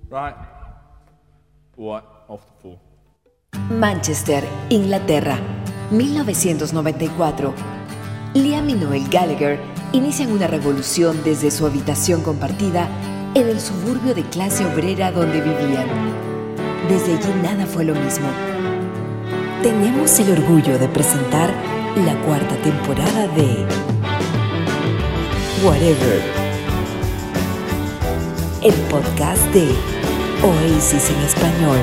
Right. What of the fool? Manchester, Inglaterra, 1994. Liam y Noel Gallagher inician una revolución desde su habitación compartida en el suburbio de clase obrera donde vivían. Desde allí nada fue lo mismo. Tenemos el orgullo de presentar la 4ª temporada de Whatever, el podcast de Oasis en español.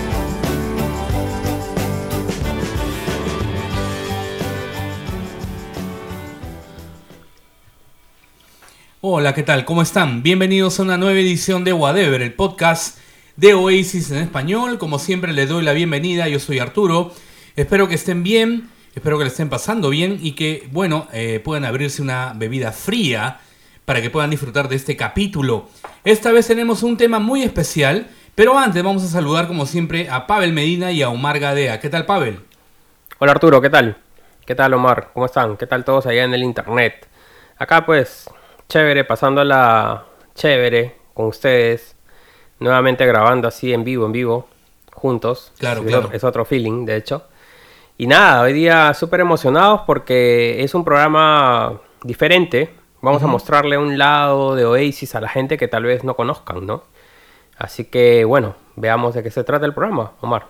Hola, ¿qué tal? ¿Cómo están? Bienvenidos a una nueva edición de Whatever, el podcast de Oasis en español. Como siempre les doy la bienvenida, yo soy Arturo. Espero que estén bien, espero que le estén pasando bien y que, puedan abrirse una bebida fría para que puedan disfrutar de este capítulo. Esta vez tenemos un tema muy especial, pero antes vamos a saludar como siempre a Pavel Medina y a Omar Gadea. ¿Qué tal, Pavel? Hola Arturo, ¿qué tal? ¿Qué tal Omar? ¿Cómo están? ¿Qué tal todos allá en el internet? Acá pues, chévere, pasándola chévere con ustedes. Nuevamente grabando así en vivo, juntos. Claro. Es otro feeling, de hecho. Y nada, hoy día súper emocionados porque es un programa diferente. Vamos a mostrarle un lado de Oasis a la gente que tal vez no conozcan, ¿no? Así que, bueno, veamos de qué se trata el programa, Omar.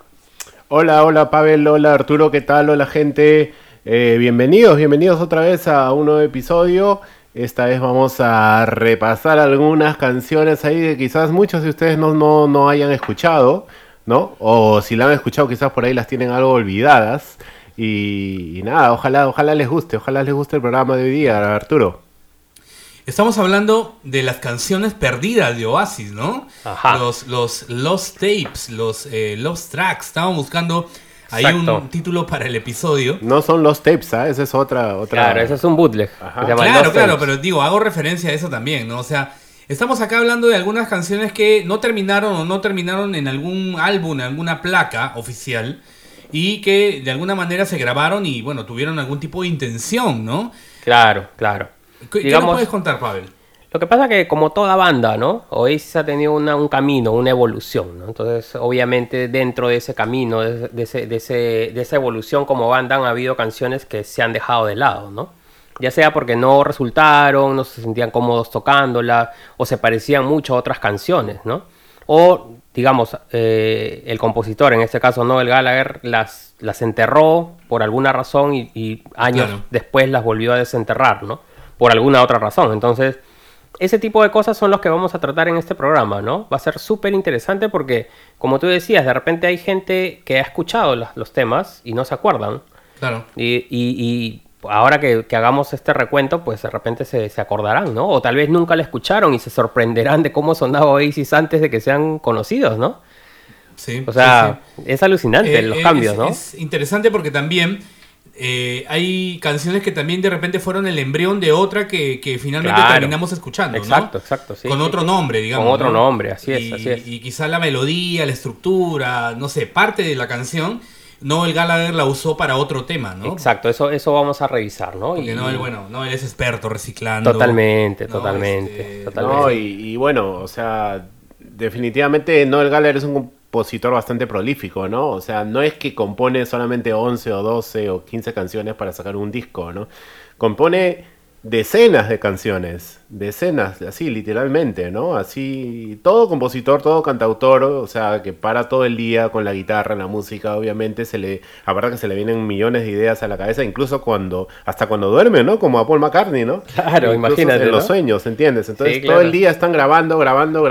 Hola Pavel, hola Arturo, ¿qué tal? Hola gente, bienvenidos otra vez a un nuevo episodio. Esta vez vamos a repasar algunas canciones ahí que quizás muchos de ustedes no hayan escuchado, ¿no? O si la han escuchado quizás por ahí las tienen algo olvidadas. Y nada, ojalá les guste el programa de hoy día, Arturo. Estamos hablando de las canciones perdidas de Oasis, ¿no? Ajá. Los Lost Tapes, los Lost Tracks. Estábamos buscando ahí un título para el episodio. No son los tapes, ¿ah? Esa es otra. Claro, ese es un bootleg. Ajá. Se llama Claro, Lost Tapes. pero digo, hago referencia a eso también, ¿no? O sea, estamos acá hablando de algunas canciones que no terminaron en algún álbum, en alguna placa oficial y que de alguna manera se grabaron y, bueno, tuvieron algún tipo de intención, ¿no? Claro. ¿Qué nos puedes contar, Pavel? Lo que pasa es que como toda banda, ¿no? Oasis ha tenido un camino, una evolución, ¿no? Entonces, obviamente, dentro de ese camino, de esa evolución como banda, han habido canciones que se han dejado de lado, ¿no? Ya sea porque no resultaron, no se sentían cómodos tocándola, o se parecían mucho a otras canciones, ¿no? O, digamos, el compositor, en este caso Noel Gallagher, las enterró por alguna razón y años después las volvió a desenterrar, ¿no? Por alguna otra razón. Entonces, ese tipo de cosas son los que vamos a tratar en este programa, ¿no? Va a ser súper interesante porque, como tú decías, de repente hay gente que ha escuchado los temas y no se acuerdan. Claro. Y ahora que hagamos este recuento, pues de repente se acordarán, ¿no? O tal vez nunca la escucharon y se sorprenderán de cómo sonaba Oasis antes de que sean conocidos, ¿no? Sí. O sea, es alucinante los cambios, ¿no? Es interesante porque también hay canciones que también de repente fueron el embrión de otra que finalmente terminamos escuchando, ¿no? Exacto, sí. Con otro nombre, digamos. Con otro ¿no? nombre, así es. Y quizá la melodía, la estructura, no sé, parte de la canción, Noel Gallagher la usó para otro tema, ¿no? Exacto, eso vamos a revisar, ¿no? Porque Noel es experto reciclando. Totalmente. No, y bueno, o sea, definitivamente Noel Gallagher es un compositor bastante prolífico, ¿no? O sea, no es que compone solamente 11 o 12 o 15 canciones para sacar un disco, ¿no? Compone decenas de canciones, así literalmente, ¿no? Así, todo compositor, todo cantautor, o sea, que para todo el día con la guitarra, la música, obviamente aparte que se le vienen millones de ideas a la cabeza, incluso hasta cuando duerme, ¿no? Como a Paul McCartney, ¿no? Claro, incluso imagínate, en los ¿no? sueños, ¿entiendes? Entonces Sí, claro. todo el día están grabando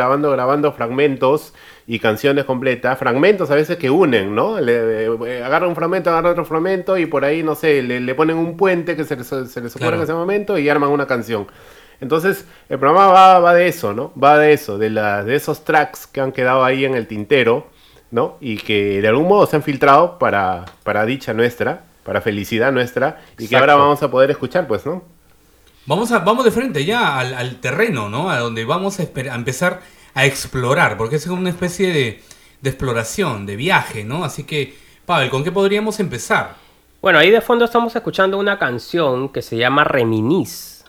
fragmentos y canciones completas, fragmentos a veces que unen, ¿no? Agarra un fragmento, agarra otro fragmento y por ahí, no sé, le ponen un puente que se les ocurre en ese momento y arman una canción. Entonces, el programa va de eso, ¿no? Va de eso, de esos tracks que han quedado ahí en el tintero, ¿no? Y que de algún modo se han filtrado para dicha nuestra, para felicidad nuestra, y Exacto. que ahora vamos a poder escuchar, pues, ¿no? Vamos de frente ya al terreno, ¿no? A donde vamos a empezar a explorar, porque es una especie de exploración, de viaje, ¿no? Así que, Pavel, ¿con qué podríamos empezar? Bueno, ahí de fondo estamos escuchando una canción que se llama Reminisce,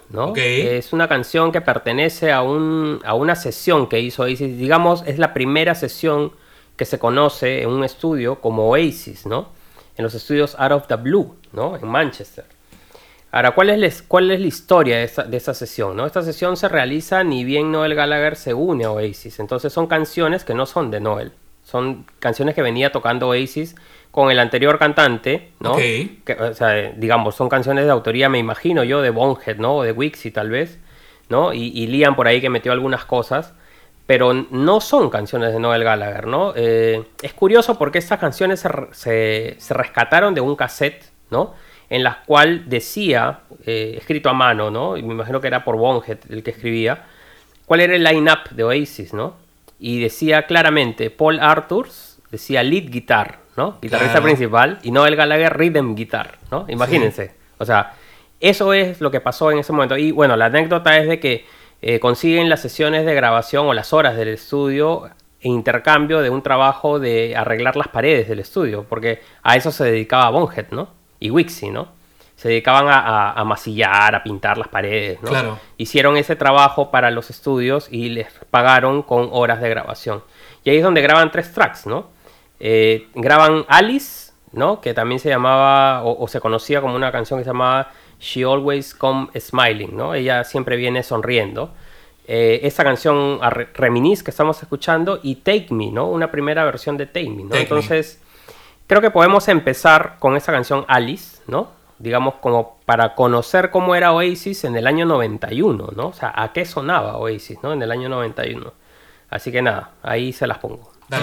¿no? Okay. Es una canción que pertenece a una sesión que hizo Oasis. Digamos, es la primera sesión que se conoce en un estudio como Oasis, ¿no? En los estudios Out of the Blue, ¿no? En Manchester. Ahora, ¿cuál es la historia de esa sesión, ¿no? Esta sesión se realiza ni bien Noel Gallagher se une a Oasis. Entonces son canciones que no son de Noel. Son canciones que venía tocando Oasis con el anterior cantante, ¿no? Okay. O sea, digamos, son canciones de autoría, me imagino yo, de Bonhead, ¿no? O de Wixie, tal vez, ¿no? Y Liam por ahí que metió algunas cosas. Pero no son canciones de Noel Gallagher, ¿no? Es curioso porque estas canciones se rescataron de un cassette, ¿no? En la cual decía, escrito a mano, ¿no? Y me imagino que era por Bonhead el que escribía, cuál era el line-up de Oasis, ¿no? Y decía claramente, Paul Arthurs decía lead guitar, ¿no? Guitarrista principal, y Noel Gallagher rhythm guitar, ¿no? Imagínense. Sí. O sea, eso es lo que pasó en ese momento. Y bueno, la anécdota es de que consiguen las sesiones de grabación o las horas del estudio en intercambio de un trabajo de arreglar las paredes del estudio, porque a eso se dedicaba Bonhead, ¿no? Y Wixie, ¿no? Se dedicaban a masillar, a pintar las paredes, ¿no? Claro. Hicieron ese trabajo para los estudios y les pagaron con horas de grabación. Y ahí es donde graban 3 tracks, ¿no? Graban Alice, ¿no? Que también se llamaba, o se conocía como una canción que se llamaba She Always Come Smiling, ¿no? Ella siempre viene sonriendo. Esta canción Reminisce que estamos escuchando y Take Me, ¿no? Una primera versión de Take Me, ¿no? Entonces, creo que podemos empezar con esa canción Alice, ¿no? Digamos, como para conocer cómo era Oasis en el año 91, ¿no? O sea, a qué sonaba Oasis, ¿no? En el año 91. Así que nada, ahí se las pongo. Dale.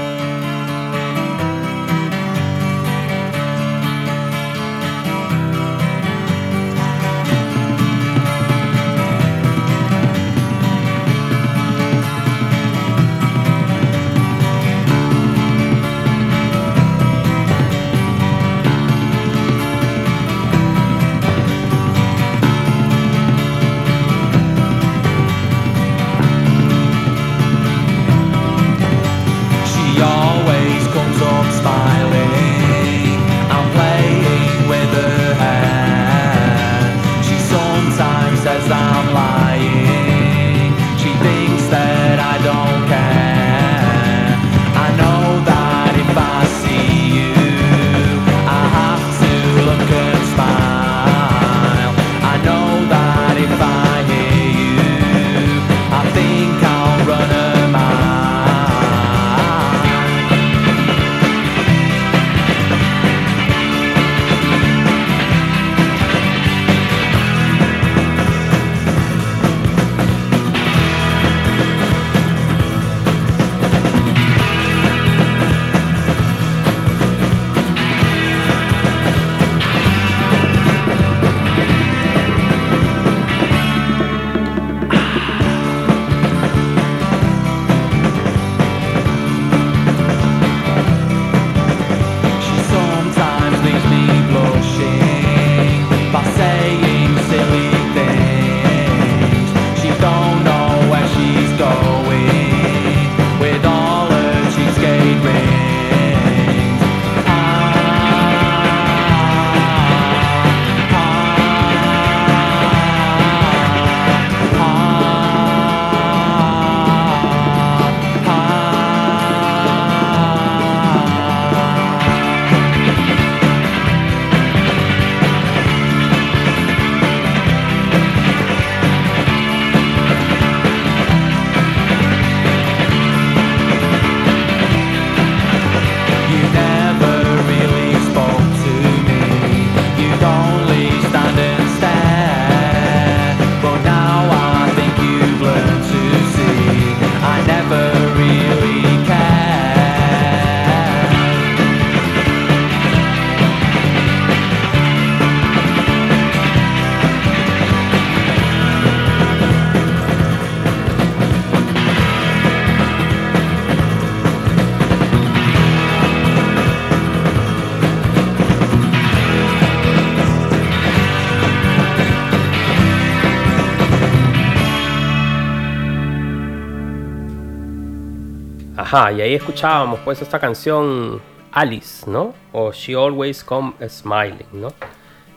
Ajá, y ahí escuchábamos pues esta canción Alice, ¿no? O She Always Come Smiling, ¿no?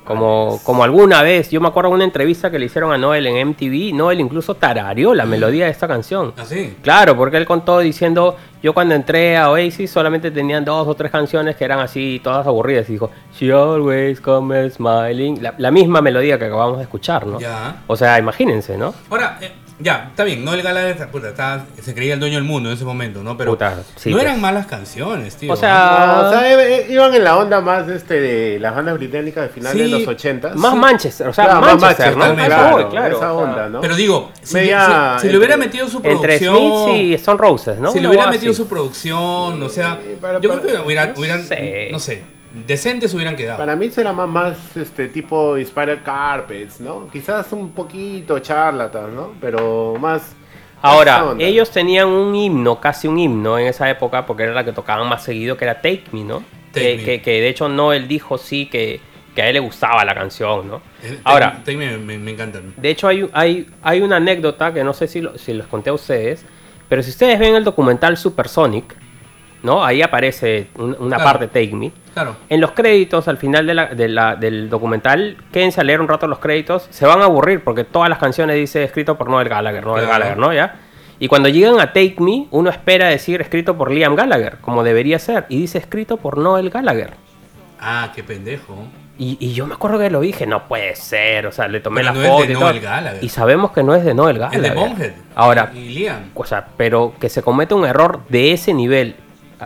Como alguna vez, yo me acuerdo de una entrevista que le hicieron a Noel en MTV, Noel incluso tarareó la melodía de esta canción. ¿Ah, sí? Claro, porque él contó diciendo, yo cuando entré a Oasis solamente tenían 2 o 3 canciones que eran así, todas aburridas, y dijo, She always comes smiling, la misma melodía que acabamos de escuchar, ¿no? Ya. O sea, imagínense, ¿no? Ahora, ya, está bien, Noel Gallagher se creía el dueño del mundo en ese momento, ¿no? Pero Puta, sí, no pues. eran malas canciones, tío. O sea, No, o sea, iban en la onda más de las bandas británicas de finales Sí, de los 80. más Sí. Manchester, o sea, Claro, más Manchester, ¿no? Manchester, Eso voy, claro, claro, esa o sea, onda, ¿no? pero digo, si Media le hubiera metido su Entre producción... Smiths y Stone Roses, ¿no? Si le Una hubiera cosa metido así. su producción, o sea, para- yo creo que hubieran, sé. no sé, decentes hubieran quedado. Para mí será más tipo Spiral Carpets, ¿no? Quizás un poquito charlatan, ¿no? Pero más... esa Ahora, onda. ellos tenían un himno, casi un himno en esa época, porque era la que tocaban más seguido, que era Take Me, ¿no? Take Me. Que de hecho Noel dijo sí que a él le gustaba la canción, ¿no? Take Ahora, me encanta. de hecho hay una anécdota que no sé si les conté a ustedes, pero si ustedes ven el documental Supersonic, ¿no? Ahí aparece una Claro. parte Take Me. Claro. En los créditos, al final del documental, quédense a leer un rato los créditos, se van a aburrir porque todas las canciones dice escrito por Noel Gallagher, Claro. Gallagher, ¿no? ¿Ya? Y cuando llegan a Take Me, uno espera decir escrito por Liam Gallagher, como debería ser, y dice escrito por Noel Gallagher. Ah, qué pendejo. Y yo me acuerdo que lo dije, no puede ser, o sea, le tomé Pero la no es foto de y Noel todo. Gallagher. Y sabemos que no es de Noel Es Gallagher. de Bonehead. Ahora, Y Liam. o sea, pero que se cometa un error de ese nivel,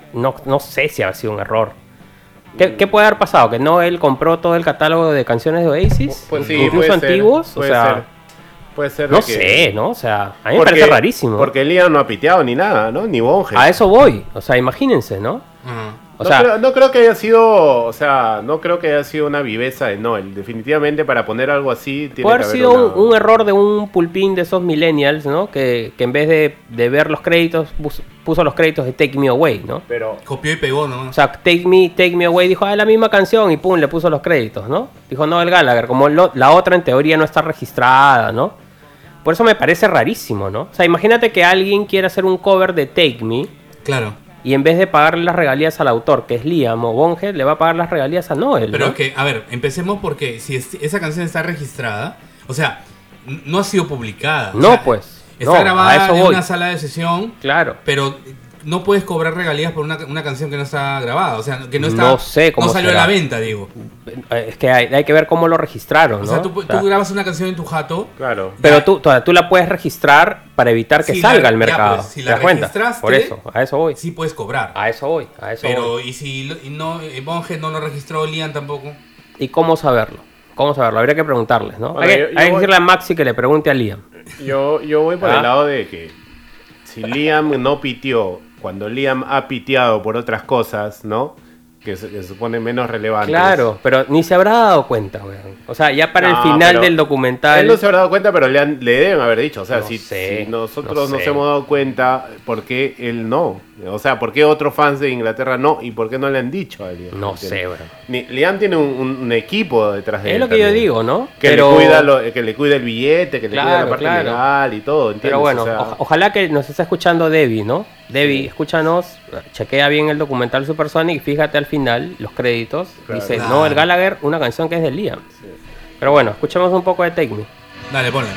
no sé si ha sido un error. ¿Qué puede haber pasado? ¿Que Noel compró todo el catálogo de canciones de Oasis? Pues sí, incluso puede ser, antiguos, puede o sea, ser. Puede ser no de que- sé, ¿no? O sea, a mí me parece rarísimo. Porque Liam no ha piteado ni nada, ¿no? Ni Bonge. A eso voy, o sea, imagínense, ¿no? Ajá. O sea, no creo que haya sido, o sea, no creo que haya sido una viveza de Noel. Definitivamente para poner algo así tiene puede haber que haber sido una- un error de un pulpín de esos millennials, ¿no? Que en vez de ver los créditos, puso los créditos de Take Me Away, ¿no? Pero Copió y pegó, O ¿no? sea, Take Me Away dijo, la misma canción y pum, le puso los créditos, ¿no? Dijo Noel Gallagher, como la otra en teoría no está registrada, ¿no? Por eso me parece rarísimo, ¿no? O sea, imagínate que alguien quiera hacer un cover de Take Me Claro. y en vez de pagarle las regalías al autor, que es Liam o Bonhead, le va a pagar las regalías a Noel, Pero ¿no? es que, a ver, empecemos porque si esa canción está registrada, o sea, no ha sido publicada. O No, sea, pues. Está No, a grabada eso en voy. una sala de sesión, Claro. pero no puedes cobrar regalías por una canción que no está grabada. O sea, que no está. No sé cómo no salió será. a la venta, digo. Es que hay que ver cómo lo registraron, O ¿no? sea, tú O sea, grabas una canción en tu jato. claro. pero ya- tú la puedes registrar para evitar que Si salga la- al ya, mercado. pues, si ¿Te la das cuenta? registraste, Por eso, a eso voy. Sí puedes cobrar. A eso voy. Pero, y si no, Bonhead no lo registró, Liam tampoco. ¿Y cómo saberlo? ¿Cómo saberlo? Habría que preguntarles, ¿no? Bueno, hay yo que voy- decirle a Maxi que le pregunte a Liam. Yo voy por Ah. el lado de que si Liam no pitió, cuando Liam ha piteado por otras cosas, ¿no? Que se supone menos relevantes. Claro, pero ni se habrá dado cuenta, weón. O sea, ya para No, el final pero del documental... Él no se habrá dado cuenta, pero le deben haber dicho. O sea, No si sé, nosotros no nos sé. hemos dado cuenta, ¿por qué él no? O sea, ¿por qué otros fans de Inglaterra no? ¿Y por qué no le han dicho a Liam? No ¿Entiendes? sé, weón. Liam tiene un equipo detrás de él. Es lo que yo también. digo, ¿no? Que, Pero- le cuida el billete, que le cuida Claro, la parte claro. legal y todo, ¿entiendes? Pero bueno, O sea, ojalá que nos esté escuchando Debbie, ¿no? Debbie, escúchanos, chequea bien el documental Supersonic y fíjate al final, los créditos, Claro. dice Claro. Noel Gallagher, una canción que es de Liam. Pero bueno, escuchemos un poco de Take Me. Dale, ponle.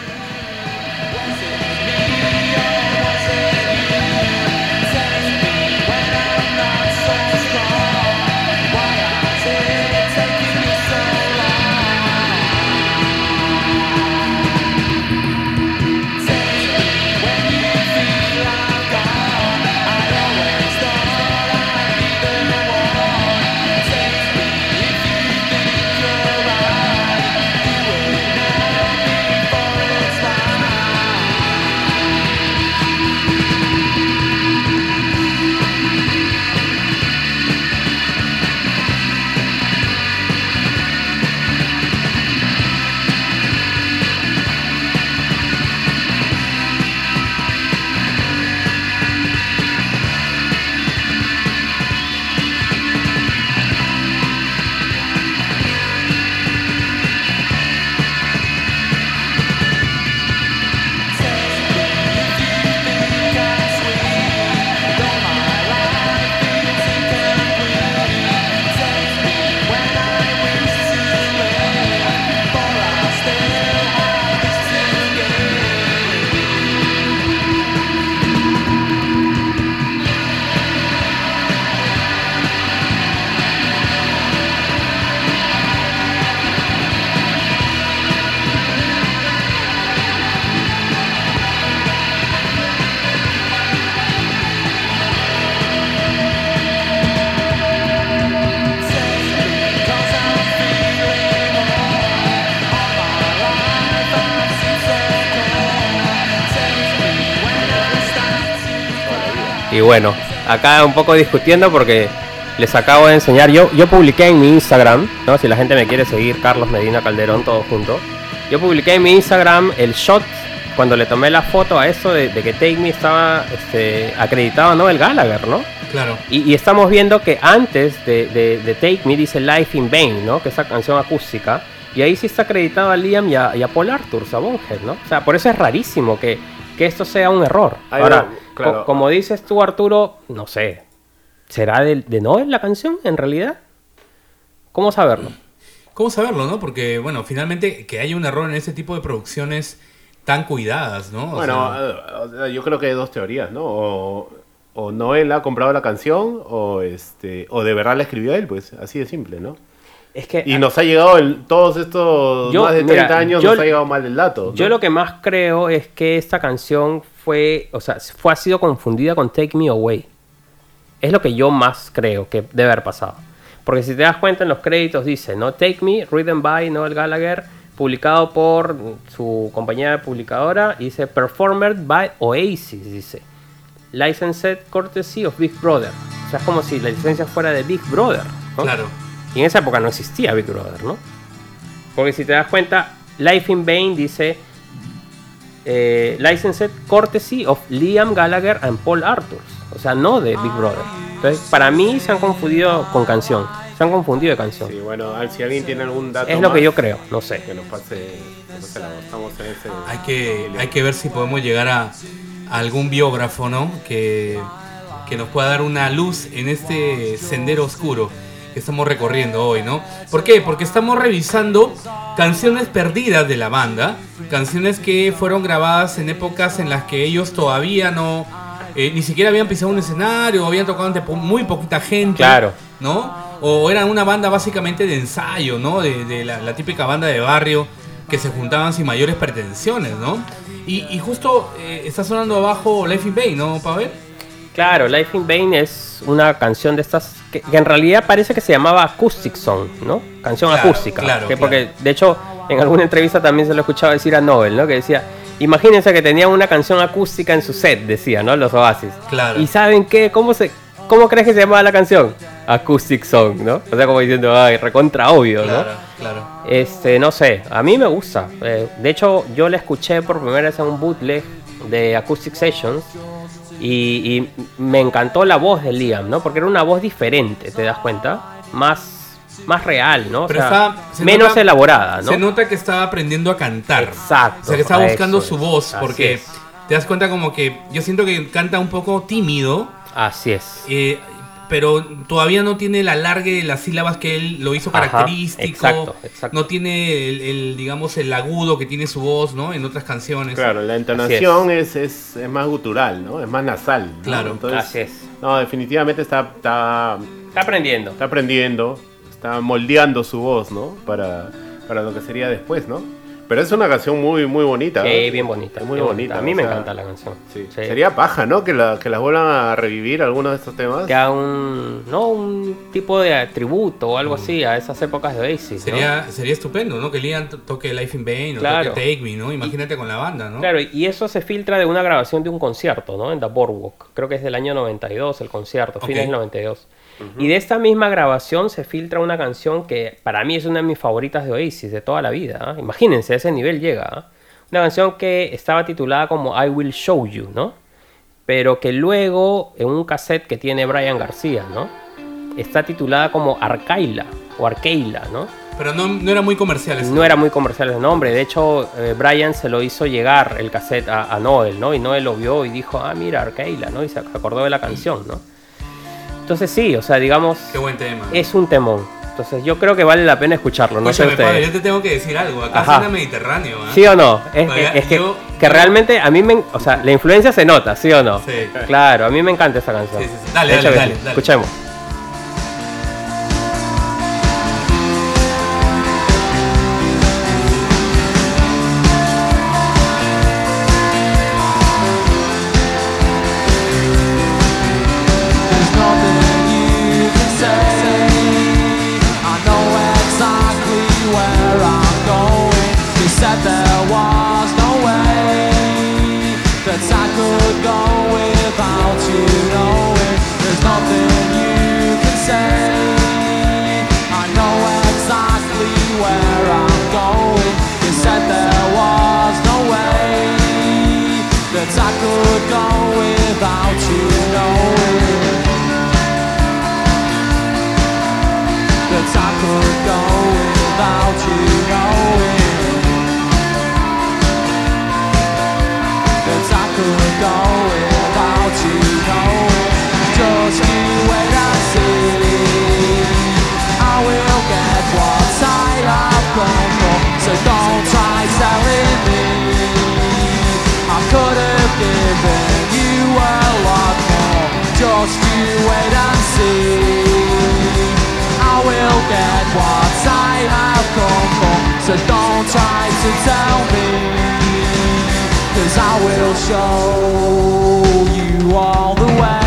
Y bueno, acá un poco discutiendo porque les acabo de enseñar. Yo publiqué en mi Instagram, ¿no? Si la gente me quiere seguir, Carlos Medina Calderón, todo junto. Yo publiqué en mi Instagram el shot cuando le tomé la foto a eso de que Take Me estaba acreditado a Noel Gallagher, ¿no? Claro. Y estamos viendo que antes de Take Me dice Life in Vain, ¿no? Que es esa canción acústica. Y ahí sí está acreditado a Liam y a Paul Arthur, a Bonhead, ¿no? O sea, por eso es rarísimo que esto sea un error. Ahora, claro. Como dices tú, Arturo, no sé, ¿será de Noel la canción en realidad? ¿Cómo saberlo? ¿Cómo saberlo, no? Porque, bueno, finalmente que haya un error en ese tipo de producciones tan cuidadas, ¿no? Yo creo que hay dos teorías, ¿no? O Noel ha comprado la canción o de verdad la escribió él, pues así de simple, ¿no? Es que, y nos ha llegado todos estos más de 30 años, nos ha llegado mal el dato, ¿no? Yo lo que más creo es que esta canción ha sido confundida con Take Me Away. Es lo que yo más creo que debe haber pasado. Porque si te das cuenta en los créditos dice, ¿no? Take Me, written by Noel Gallagher, publicado por su compañía publicadora, y dice Performed by Oasis, dice Licensed courtesy of Big Brother. O sea, es como si la licencia fuera de Big Brother, ¿no? Claro. Y en esa época no existía Big Brother, ¿no? Porque si te das cuenta, Life in Vain dice Licensed courtesy of Liam Gallagher and Paul Arthur. O sea, no de Big Brother. Entonces, para mí se han confundido con canción. Se han confundido de canción. Sí, bueno, si alguien tiene algún dato es lo que yo creo, no sé. Que nos pase la voz. Estamos en ese... Hay que ver si podemos llegar a algún biógrafo, ¿no? Que nos pueda dar una luz en este sendero oscuro que estamos recorriendo hoy, ¿no? ¿Por qué? Porque estamos revisando canciones perdidas de la banda, canciones que fueron grabadas en épocas en las que ellos todavía no, ni siquiera habían pisado un escenario, habían tocado ante muy poquita gente, claro, ¿no? O eran una banda básicamente de ensayo, ¿no? De la típica banda de barrio que se juntaban sin mayores pretensiones, ¿no? Y justo está sonando abajo Life in Vain, ¿no, Pavel? Claro, Life in Vain es una canción de estas que en realidad parece que se llamaba Acoustic Song, ¿no? Canción acústica. Claro, porque de hecho en alguna entrevista también se lo escuchaba decir a Noel, ¿no? Que decía, imagínense que tenían una canción acústica en su set, decía, ¿no? Los Oasis. Claro. ¿Y saben qué? ¿Cómo crees que se llamaba la canción? Acoustic Song, ¿no? O sea, como diciendo, ay, recontra obvio, ¿no? Claro. No sé, a mí me gusta. De hecho, yo la escuché por primera vez en un bootleg de Acoustic Sessions. Y me encantó la voz de Liam, ¿no? Porque era una voz diferente, ¿te das cuenta? Más real, ¿no? Pero o sea, menos elaborada, ¿no? Se nota que estaba aprendiendo a cantar. Exacto. O sea, que estaba buscando su voz, porque es. te das cuenta como que yo siento que canta un poco tímido. Así es. Pero todavía no tiene el alargue de las sílabas que él lo hizo característico. Exacto. No tiene digamos, el agudo que tiene su voz, ¿no? En otras canciones. Claro, la entonación es más gutural, ¿no? Es más nasal, ¿no? Claro. Entonces, Así es. No, definitivamente está aprendiendo. Está aprendiendo, está moldeando su voz, ¿no? Para lo que sería después, ¿no? Pero es una canción muy, muy bonita. Sí, bien bonita. Muy bonita. A mí me encanta la canción. Sí. Sería paja, ¿no? Que las vuelvan a revivir algunos de estos temas. Que haga un tipo de tributo o algo así a esas épocas de Oasis, Sería estupendo, ¿no? Que Liam toque Life in Vain o toque Take Me, ¿no? Imagínate con la banda, ¿no? Claro, y eso se filtra de una grabación de un concierto, ¿no? En The Boardwalk. Creo que es del año 92 el concierto, fines del 92. Y de esta misma grabación se filtra una canción que para mí es una de mis favoritas de Oasis de toda la vida, ¿eh? Imagínense, a ese nivel llega, ¿eh? Una canción que estaba titulada como I Will Show You, ¿no? Pero que luego en un cassette que tiene Brian García, ¿no? Está titulada como Arkeila o Arkeila, ¿no? Pero no era muy comercial ese. No era muy comercial el nombre. De hecho, Brian se lo hizo llegar el cassette a Noel, ¿no? Y Noel lo vio y dijo, mira, Arkeila, ¿no? Y se acordó de la canción, ¿no? Entonces sí, o sea, digamos... Qué buen tema. Es un temón. Entonces yo creo que vale la pena escucharlo. No sé ustedes. Padre, yo te tengo que decir algo. Acá suena Mediterráneo, ¿eh? ¿Sí o no? Es que realmente a mí o sea, la influencia se nota, ¿sí o no? Sí. Claro, a mí me encanta esa canción. Sí. Dale. Escuchemos. That I could go without you, no. say I know exactly where I'm going. You said there was no way that I could go without you knowing. That I could go without you knowing. That I could go without you knowing. Just you wait and see. I will get what I have come for. So don't try telling me I could have given you a lot more. Just you wait and see. I will get what I have come for. So don't try to tell me, 'cause I will show you all the way.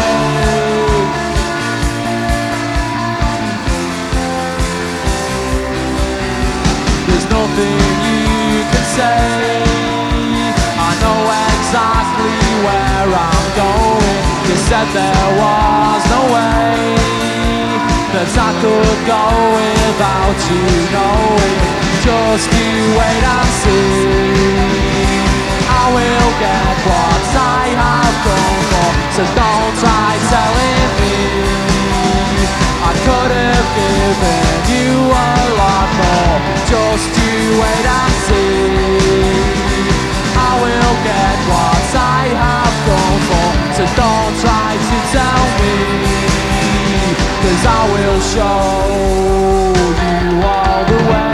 There's nothing you can say. I know exactly where I'm going. You said there was no way that I could go without you knowing. Just you wait and see. I will get what I have come for. So don't try telling me I could have given you a lot more. Just you wait and see. I will get what I have come for. So don't try to tell me, 'cause I will show you all the way.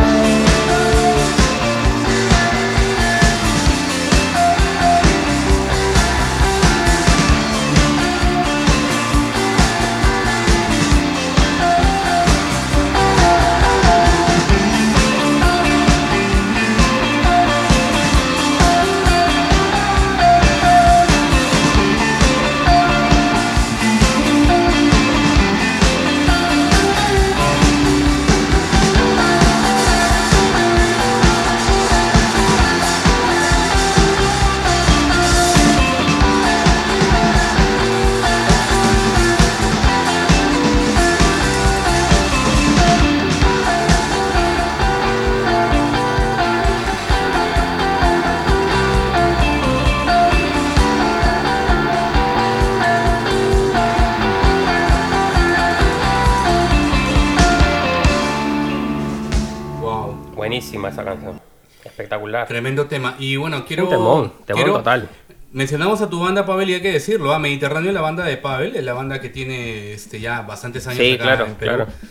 Buenísima esa canción. Espectacular. Tremendo tema. Y bueno, quiero... Un temón total. Mencionamos a tu banda, Pavel, y hay que decirlo. Mediterráneo, la banda de Pavel, es la banda que tiene ya bastantes años sí, acá claro, en Perú. Claro.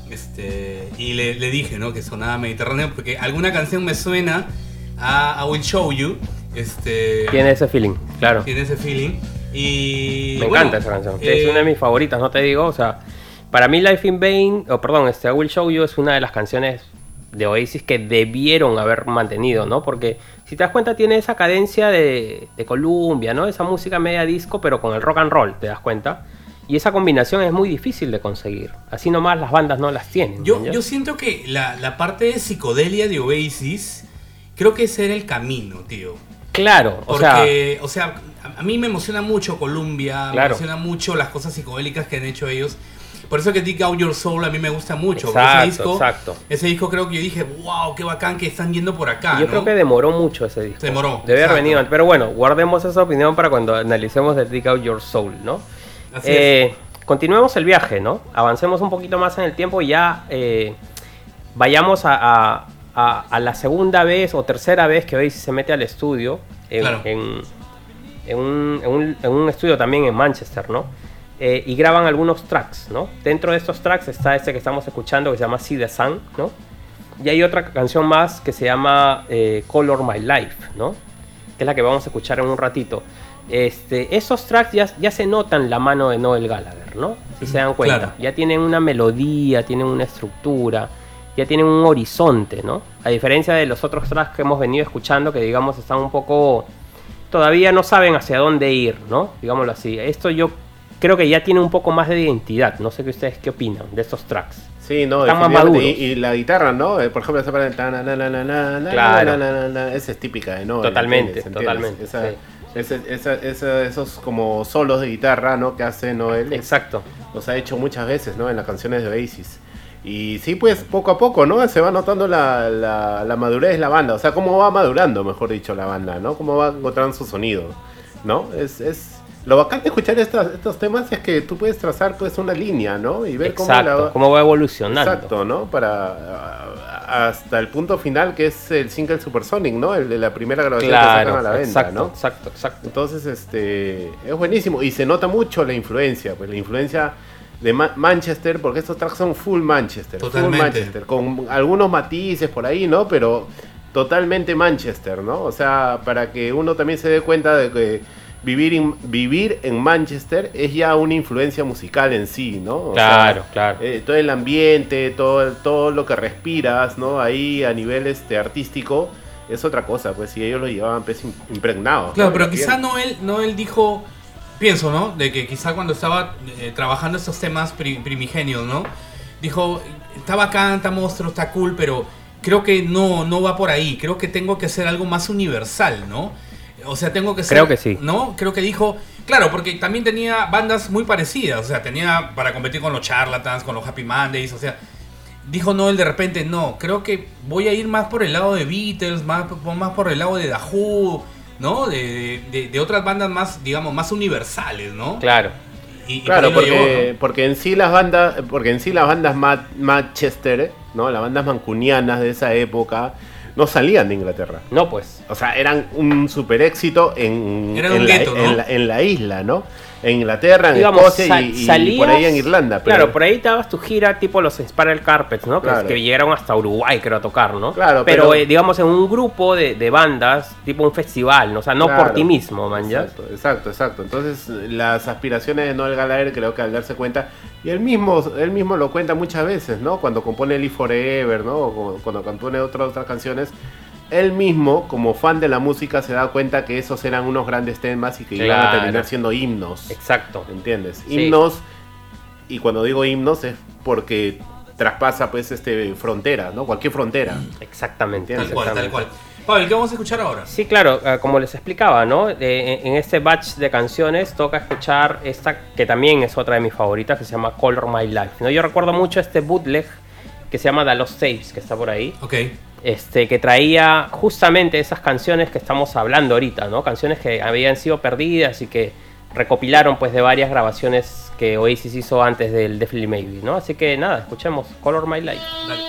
Y le dije, ¿no?, que sonaba Mediterráneo porque alguna canción me suena a I Will Show You. Tiene ese feeling, claro. Tiene ese feeling. Y me encanta esa canción. Es una de mis favoritas, no te digo. O sea, para mí Life in Vain, I Will Show You es una de las canciones de Oasis que debieron haber mantenido, ¿no? Porque si te das cuenta tiene esa cadencia de Columbia, ¿no? Esa música media disco pero con el rock and roll, te das cuenta. Y esa combinación es muy difícil de conseguir. Así nomás las bandas no las tienen. Yo siento que la parte de psicodelia de Oasis, creo que ese era el camino, tío. Claro, porque, o sea, a mí me emociona mucho Columbia, claro. Me emociona mucho las cosas psicodélicas que han hecho ellos. Por eso que Dig Out Your Soul a mí me gusta mucho. Exacto. Ese disco creo que yo dije, wow, qué bacán que están yendo por acá. Yo creo que demoró mucho ese disco. Demoró. Debe haber venido antes. Pero bueno, guardemos esa opinión para cuando analicemos el Dig Out Your Soul, ¿no? Así es. Continuemos el viaje, ¿no? Avancemos un poquito más en el tiempo y ya vayamos a la segunda vez o tercera vez que Oasis se mete al estudio. En un estudio también en Manchester, ¿no? Y graban algunos tracks, ¿no? Dentro de estos tracks está este que estamos escuchando que se llama See the Sun, ¿no? Y hay otra canción más que se llama Color My Life, ¿no? Que es la que vamos a escuchar en un ratito. Esos tracks ya se notan la mano de Noel Gallagher, ¿no? Si se dan cuenta. Claro. Ya tienen una melodía, tienen una estructura, ya tienen un horizonte, ¿no? A diferencia de los otros tracks que hemos venido escuchando, que digamos están un poco... Todavía no saben hacia dónde ir, ¿no? Digámoslo así. Esto yo creo que ya tiene un poco más de identidad. No sé qué ustedes qué opinan de estos tracks. Sí, no, están más maduros. Y la guitarra, ¿no? Por ejemplo, esa parte esa es típica de Noel. Totalmente. Esa, sí. Esos como solos de guitarra, ¿no? Que hace Noel. Exacto. Los ha hecho muchas veces, ¿no? En las canciones de Oasis. Y sí, pues poco a poco, ¿no? Se va notando la madurez de la banda. O sea, cómo va madurando, mejor dicho, la banda, ¿no? Cómo va encontrando su sonido, ¿no? Lo bacán de escuchar estos temas es que tú puedes trazar pues una línea, ¿no? Y ver cómo va evolucionando. Exacto, ¿no? Hasta el punto final, que es el single Supersonic, ¿no? El de la primera grabación que sacan a la venta, ¿no? Exacto. Entonces, es buenísimo. Y se nota mucho la influencia, pues la influencia de Manchester, porque estos tracks son full Manchester. Totalmente. Full Manchester, con algunos matices por ahí, ¿no? Pero totalmente Manchester, ¿no? O sea, para que uno también se dé cuenta de que vivir en Manchester es ya una influencia musical en sí, ¿no? Claro. Todo el ambiente, todo lo que respiras, ¿no? Ahí a nivel artístico es otra cosa, pues si ellos lo llevaban pues impregnados. Claro, ¿no? pero quizá Noel dijo, pienso, ¿no? De que quizá cuando estaba trabajando estos temas primigenios, ¿no? Dijo, está bacán, está monstruo, está cool, pero creo que no va por ahí. Creo que tengo que hacer algo más universal, ¿no? O sea, tengo que ser... Creo que sí. ¿No? Creo que dijo... Claro, porque también tenía bandas muy parecidas. O sea, tenía para competir con los Charlatans, con los Happy Mondays. O sea, dijo Noel de repente, no, creo que voy a ir más por el lado de Beatles, más por el lado de The Who, ¿no? De otras bandas más, digamos, más universales, ¿no? Claro. Claro, porque en sí las bandas Manchester, ¿no? Las bandas mancunianas de esa época no salían de Inglaterra. No, pues. O sea, eran un super éxito en la isla, ¿no? En Inglaterra, en Escocia y por ahí en Irlanda. Pero... Claro, por ahí te dabas tu gira tipo los Spiral Carpets, ¿no? Claro. Que llegaron hasta Uruguay, creo, a tocar, ¿no? Claro, pero digamos en un grupo de bandas, tipo un festival, ¿no? O sea, no por ti mismo, man, ¿ya? Exacto. Entonces, las aspiraciones de Noel Gallagher, creo que al darse cuenta, y él mismo lo cuenta muchas veces, ¿no? Cuando compone Live Forever, ¿no? O cuando compone otras canciones, él mismo, como fan de la música, se da cuenta que esos eran unos grandes temas y que iban a terminar siendo himnos. Exacto. ¿Entiendes? Sí. Himnos, y cuando digo himnos es porque traspasa pues fronteras, ¿no? Cualquier frontera. Exactamente. Tal cual. Pavel, ¿qué vamos a escuchar ahora? Sí, claro, como les explicaba, ¿no? En este batch de canciones toca escuchar esta, que también es otra de mis favoritas, que se llama Color My Life, ¿no? Yo recuerdo mucho este bootleg que se llama The Lost Tapes, que está por ahí. Ok. Que traía justamente esas canciones que estamos hablando ahorita, ¿no? Canciones que habían sido perdidas y que recopilaron pues de varias grabaciones que Oasis hizo antes del Definitely Maybe, ¿no? Así que nada, escuchemos Color My Life. Dale.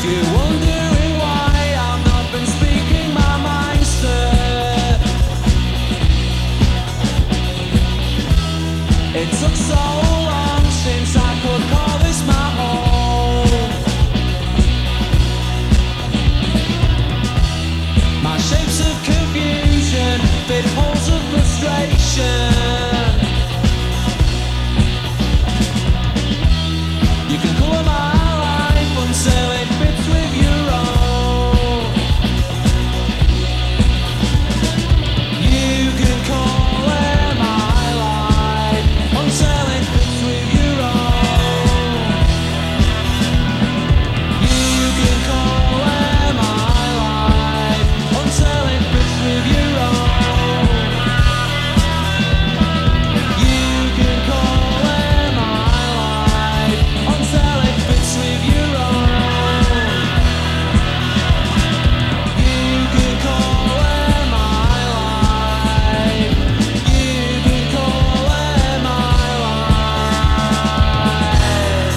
You're wondering why I've not been speaking my mind, sir. It took so long since I could call this my home. My shapes of confusion fit holes of frustration. You can call my life until it fits with your own. You can call it my life until it fits with your own. You can call it my life until it fits with your own. You can call it my life until it fits with your own. You can call it my life. You can call it my life.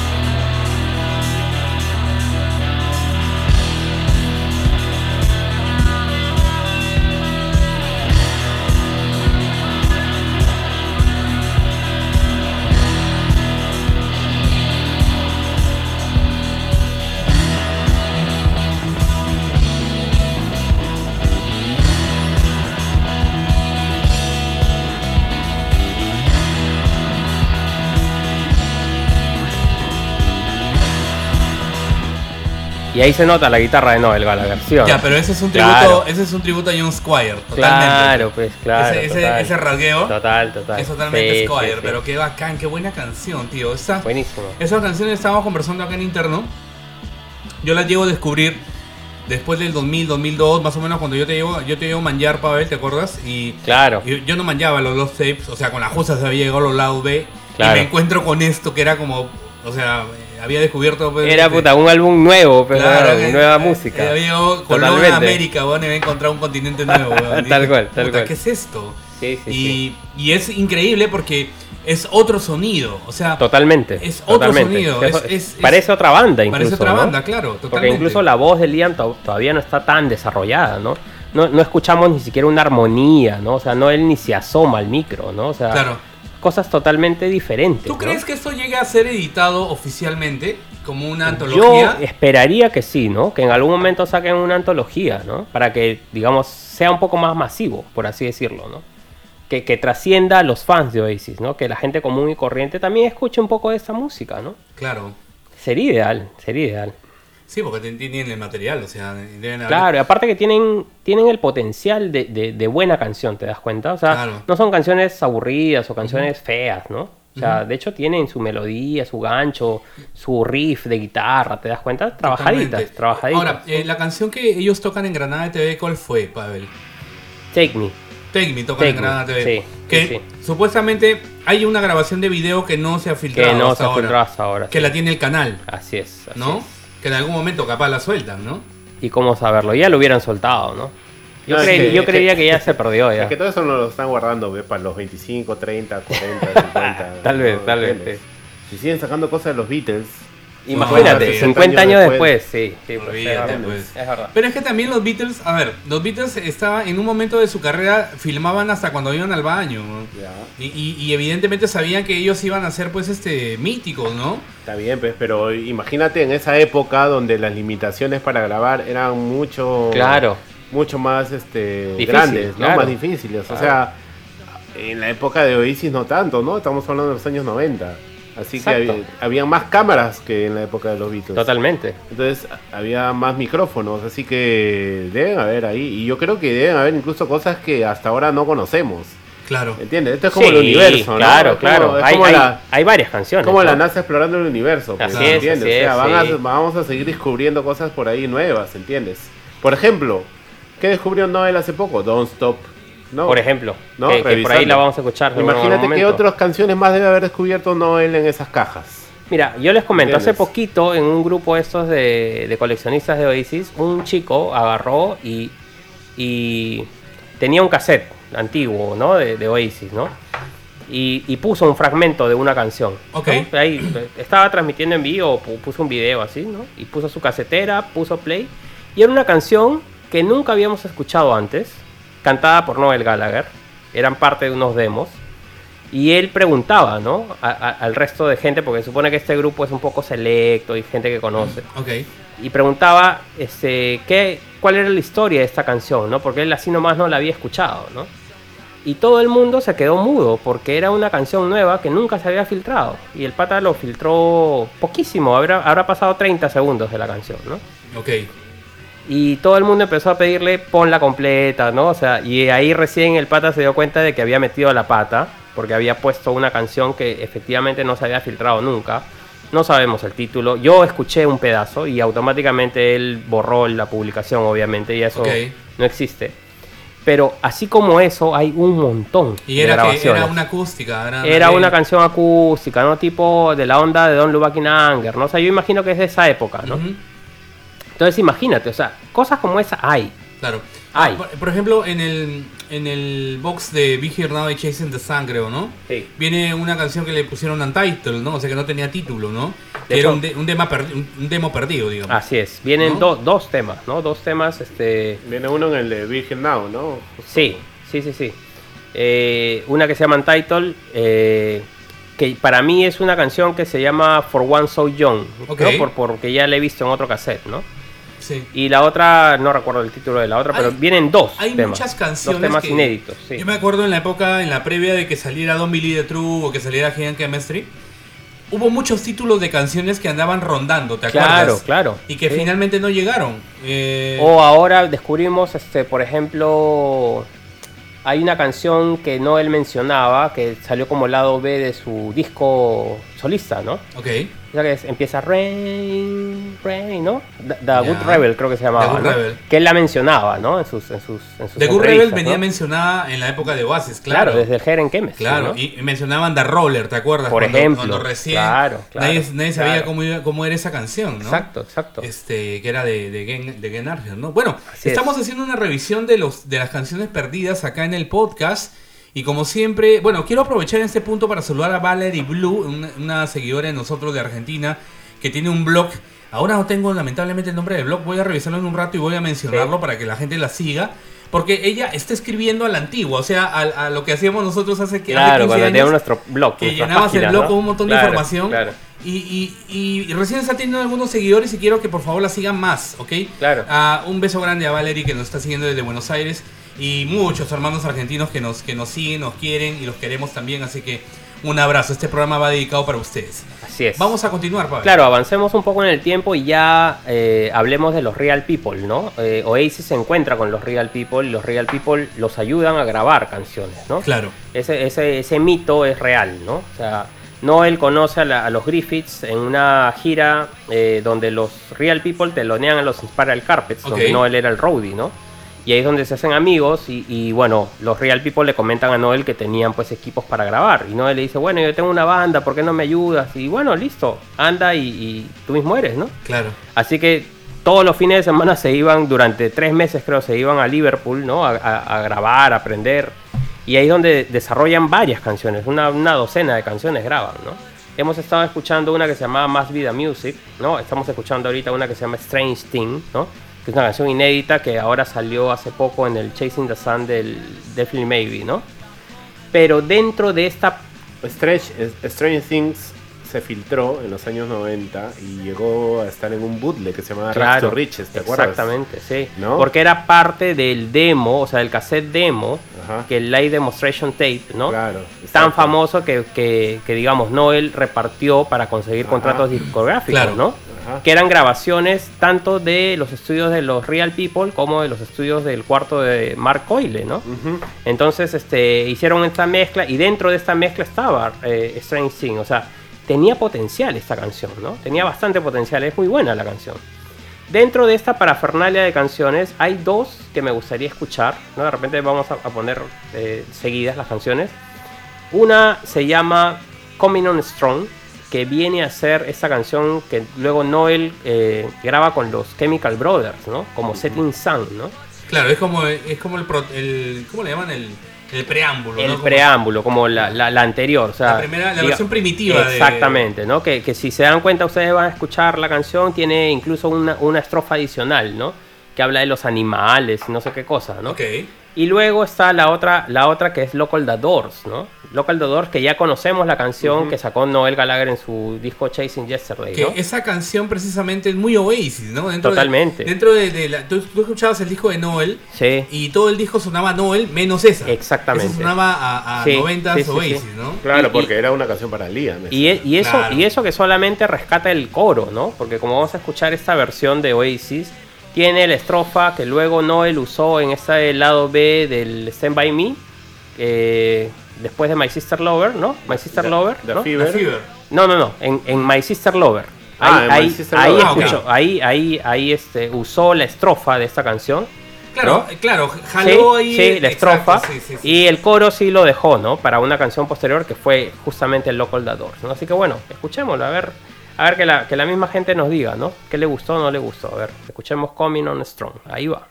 Y ahí se nota la guitarra de Noel Gallagher, ¿sí o no? Ya, pero ese es un tributo, Claro. ese es un tributo a John Squire, totalmente. Claro, pues, claro. Ese total. rasgueo Total. es totalmente Sí, Squire, sí, sí. pero qué bacán, qué buena canción, tío. Buenísimo. Esas canciones estábamos conversando acá en interno. Yo las llevo a descubrir después del 2000, 2002, más o menos, cuando yo te llevo a manjar, Pavel, ¿te acuerdas? Y Claro. yo no manjaba los Lost Tapes, o sea, con las justas había llegado a los lados B. Claro. Y me encuentro con esto que era como, o sea, había descubierto... pues, Era puta, un álbum nuevo, pero claro, que- nueva música. Había llegado Colón a Totalmente. América, weón, y había encontrado un continente nuevo, weón. Tal Dije, cual, tal puta, cual. ¿qué es esto? Sí, sí, Y es increíble porque es otro sonido, o sea... Totalmente. Es otro totalmente. sonido, Parece otra banda incluso. Parece otra ¿no? banda, claro, totalmente. Porque incluso la voz de Liam todavía no está tan desarrollada, ¿no? No escuchamos ni siquiera una armonía, ¿no? O sea, no él ni se asoma al micro, ¿no? O sea, Claro. cosas totalmente diferentes. ¿Tú ¿no? crees que esto llegue a ser editado oficialmente como una Yo antología? esperaría que sí, ¿no? Que en algún momento saquen una antología, ¿no? Para que, digamos, sea un poco más masivo, por así decirlo, ¿no? Que trascienda a los fans de Oasis, ¿no? Que la gente común y corriente también escuche un poco de esta música, ¿no? Claro. Sería ideal, sería ideal. Sí, porque tienen el material, o sea, deben haber... Claro, y aparte que tienen el potencial de buena canción, ¿te das cuenta? O sea, Claro. no son canciones aburridas o canciones feas, ¿no? O sea, de hecho tienen su melodía, su gancho, su riff de guitarra, ¿te das cuenta? Trabajaditas, Totalmente. trabajaditas. Ahora, la canción que ellos tocan en Granada TV, ¿cuál fue, Pavel? Take Me. Take Me tocan en Take Me, Granada TV. sí, Que sí. supuestamente hay una grabación de video que no se ha filtrado Que no hasta se ha ahora. filtrado hasta ahora. Que sí. la tiene el canal, Así es. así ¿no? es. Que en algún momento capaz la sueltan, ¿no? Y cómo saberlo, ya lo hubieran soltado, ¿no? Yo, No, es yo que- creería que ya se perdió ya. Es que todo eso no lo están guardando, ¿ves? Para los 25, 30, 40, 50. Tal vez, ¿no? tal vez, ¿Entiendes? Si siguen sacando cosas de los Beatles, Imagínate, Sí, 50 años después, sí, pues, Olvídate, es verdad, pues. es verdad. Pero es que también los Beatles, a ver, los Beatles estaban en un momento de su carrera, filmaban hasta cuando iban al baño, ¿no? ya, Y evidentemente sabían que ellos iban a ser pues míticos, ¿no? está bien, pues, pero imagínate en esa época donde las limitaciones para grabar eran mucho Claro. mucho más Difícil, grandes, ¿no? claro. Más difíciles. O Claro. sea, en la época de Oasis no tanto, ¿no? Estamos hablando de los años 90. Así Exacto. que había más cámaras que en la época de los Beatles. Totalmente. Entonces había más micrófonos, así que deben haber ahí. Y yo creo que deben haber incluso cosas que hasta ahora no conocemos. Claro. ¿Entiendes? Esto es como Sí, el universo, ¿no? Claro, Es como- claro. es Hay, como hay- hay varias canciones. como ¿no? la NASA explorando el universo, pues, Así es, ¿entiendes? así O sea, es, sí. vamos a seguir descubriendo cosas por ahí nuevas, ¿entiendes? Por ejemplo, ¿qué descubrió Noel hace poco? Don't Stop, ¿no? Por ejemplo, ¿no? que por ahí Revisando. la vamos a escuchar. en algún Imagínate qué momento. otras canciones más debe haber descubierto Noel en esas cajas. Mira, yo les comento, hace ¿Entiendes? poquito en un grupo estos de coleccionistas de Oasis, un chico agarró y tenía un cassette antiguo, ¿no? De Oasis, ¿no? y puso un fragmento de una canción. Ok. ¿no? Ahí estaba transmitiendo en vivo, puso un video así, ¿no? Y puso su casetera, puso play. Y era una canción que nunca habíamos escuchado antes, cantada por Noel Gallagher. Eran parte de unos demos. Y él preguntaba, ¿no? Al resto de gente, porque supone que este grupo es un poco selecto y gente que conoce. Ok. Y preguntaba cuál era la historia de esta canción, ¿no? Porque él así nomás no la había escuchado, ¿no? Y todo el mundo se quedó mudo porque era una canción nueva que nunca se había filtrado. Y el pata lo filtró poquísimo, habrá pasado 30 segundos de la canción, ¿no? Ok. Y todo el mundo empezó a pedirle ponla completa, ¿no? O sea, y ahí recién el pata se dio cuenta de que había metido la pata, porque había puesto una canción que efectivamente no se había filtrado nunca. No sabemos el título. Yo escuché un pedazo y automáticamente él borró la publicación, obviamente, y eso no existe. Pero así como eso, hay un montón Y de grabaciones. que era una acústica. Era una canción acústica, ¿no? Tipo de la onda de Don't Look Back in Anger, ¿no? O sea, yo imagino que es de esa época, ¿no? Ujú. Entonces imagínate, o sea, cosas como esa hay. Claro. Hay. Por ejemplo, en el box de Be Here Now y Chasing the Sun, creo, ¿no? Sí. Viene una canción que le pusieron Untitled, ¿no? O sea, que no tenía título, ¿no? De Que era hecho- un demo perdido, digamos. Así es. Vienen ¿No? dos temas, ¿no? Dos temas, Viene uno en el de Virgin Now, ¿no? Sí. Una que se llama Untitled, que para mí es una canción que se llama For One So Young, Ok. ¿no? Porque ya la he visto en otro cassette, ¿no? Sí. Y la otra, no recuerdo el título de la otra, pero vienen dos Hay temas. muchas canciones. Dos temas que- inéditos, sí. Yo me acuerdo en la previa de que saliera Don't Believe the Truth o que saliera Giant Chemistry. Hubo muchos títulos de canciones que andaban rondando, ¿te acuerdas? Claro. Y que Sí. finalmente no llegaron. O ahora descubrimos, por ejemplo, hay una canción que no él mencionaba, que salió como lado B de su disco solista, ¿no? Ok. O sea que empieza Rain, ¿no? The Ya. Good Rebel creo que se llamaba, The Good ¿no? Rebel. Que él la mencionaba, ¿no? En sus The Good entrevistas, Rebel venía ¿no? mencionada en la época de Oasis, claro. Claro, desde el Heren Chemistry, Claro, ¿no? y mencionaban The Roller, ¿te acuerdas? Por Cuando- ejemplo, Cuando recién claro, nadie sabía claro. cómo era esa canción, ¿no? Exacto. Que era de Gen Archer, ¿no? Bueno, Así estamos haciendo una revisión de las canciones perdidas acá en el podcast. Y como siempre, bueno, quiero aprovechar este punto para saludar a Valerie Blue, una seguidora de nosotros de Argentina, que tiene un blog. Ahora no tengo lamentablemente el nombre del blog, voy a revisarlo en un rato y voy a mencionarlo para que la gente la siga. Porque ella está escribiendo a la antigua, o sea, a lo que hacíamos nosotros hace 15 Claro, cuando años. teníamos nuestro blog, Que nuestras llenabas el páginas, blog ¿no? con un montón de Claro, información. Claro. Y recién está teniendo algunos seguidores y quiero que por favor la sigan más, ¿ok? Claro. Un beso grande a Valerie que nos está siguiendo desde Buenos Aires y muchos hermanos argentinos que nos siguen, nos quieren y los queremos también, así que un abrazo. Este programa va dedicado para ustedes. Así es. Vamos a continuar, Pablo. Claro, avancemos un poco en el tiempo y ya hablemos de los Real People, ¿no? Oasis se encuentra con los Real People y los Real People los ayudan a grabar canciones, ¿no? Claro. Ese mito es real, ¿no? O sea, Noel conoce a los Griffiths en una gira donde los Real People telonean a los Spiral Carpets, Ok. donde Noel era el roadie, ¿no? Y ahí es donde se hacen amigos y bueno, los Real People le comentan a Noel que tenían pues equipos para grabar. Y Noel le dice, bueno, yo tengo una banda, ¿por qué no me ayudas? Y bueno, listo, anda y tú mismo eres, ¿no? Claro. Así que todos los fines de semana se iban, durante 3 meses creo, se iban a Liverpool, ¿no? A grabar, a aprender. Y ahí es donde desarrollan varias canciones, una docena de canciones graban, ¿no? Hemos estado escuchando una que se llamaba Más Vida Music, ¿no? Estamos escuchando ahorita una que se llama Strange Thing, ¿no? Que es una canción inédita que ahora salió hace poco en el Chasing the Sun del Definitely Maybe, ¿no? Pero dentro de esta... Strange Things se filtró en los años 90 y llegó a estar en un bootleg que se llamaba Rags to Riches, ¿te acuerdas? Exactamente, sí. ¿No? Porque era parte del demo, o sea, del cassette demo, Ajá. que el Live Demonstration Tape, ¿no? Claro. Tan exacto. famoso que digamos, Noel repartió para conseguir Ajá. contratos discográficos, Claro. ¿no? Ajá. Que eran grabaciones tanto de los estudios de los Real People como de los estudios del cuarto de Mark Coyle, ¿no? Ujú. Entonces hicieron esta mezcla y dentro de esta mezcla estaba Strange Thing, o sea, tenía potencial esta canción, ¿no? Tenía bastante potencial, es muy buena la canción. Dentro de esta parafernalia de canciones hay dos que me gustaría escuchar, ¿no? De repente vamos a poner seguidas las canciones. Una se llama Coming On Strong, que viene a ser esa canción que luego Noel graba con los Chemical Brothers, ¿no? Como Setting Sun, ¿no? Claro, es como el ¿cómo le llaman? El preámbulo, el ¿no? preámbulo, como la anterior. O sea, la versión primitiva. Exactamente, ¿no? Que si se dan cuenta, ustedes van a escuchar la canción, tiene incluso una estrofa adicional, ¿no? Que habla de los animales y no sé qué cosa, ¿no? Ok. Y luego está la otra que es Local the Doors, ¿no? Local the Doors, que ya conocemos la canción que sacó Noel Gallagher en su disco Chasing Yesterday, ¿no? Que esa canción precisamente es muy Oasis, ¿no? Totalmente. Tú escuchabas el disco de Noel, Sí. y todo el disco sonaba Noel menos esa. Exactamente. Esa sonaba a Sí, 90s sí, Oasis, sí. ¿no? Claro, porque era una canción para Liam. Y eso, Claro. y eso que solamente rescata el coro, ¿no? Porque como vamos a escuchar esta versión de Oasis, tiene la estrofa que luego Noel usó en este lado B del Stand By Me, después de My Sister Lover, ¿no? My Sister Lover, The ¿no? Fever. The Fever. No, en My Sister Lover. Ah, en My Sister Lover. Escuchó, ahí usó la estrofa de esta canción. Claro, ¿no? claro, jaló ahí. Sí, la estrofa. Exacto, sí. Y el coro sí lo dejó, ¿no? Para una canción posterior que fue justamente el Local the Doors, ¿no? Así que bueno, escuchémoslo, a ver que la misma gente nos diga, ¿no? ¿Qué le gustó o no le gustó? A ver, escuchemos Coming on Strong. Ahí va.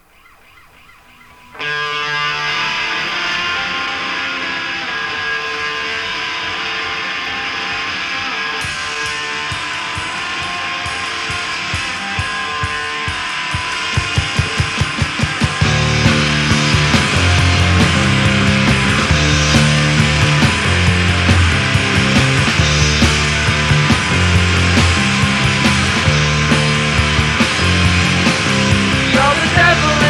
You're the devil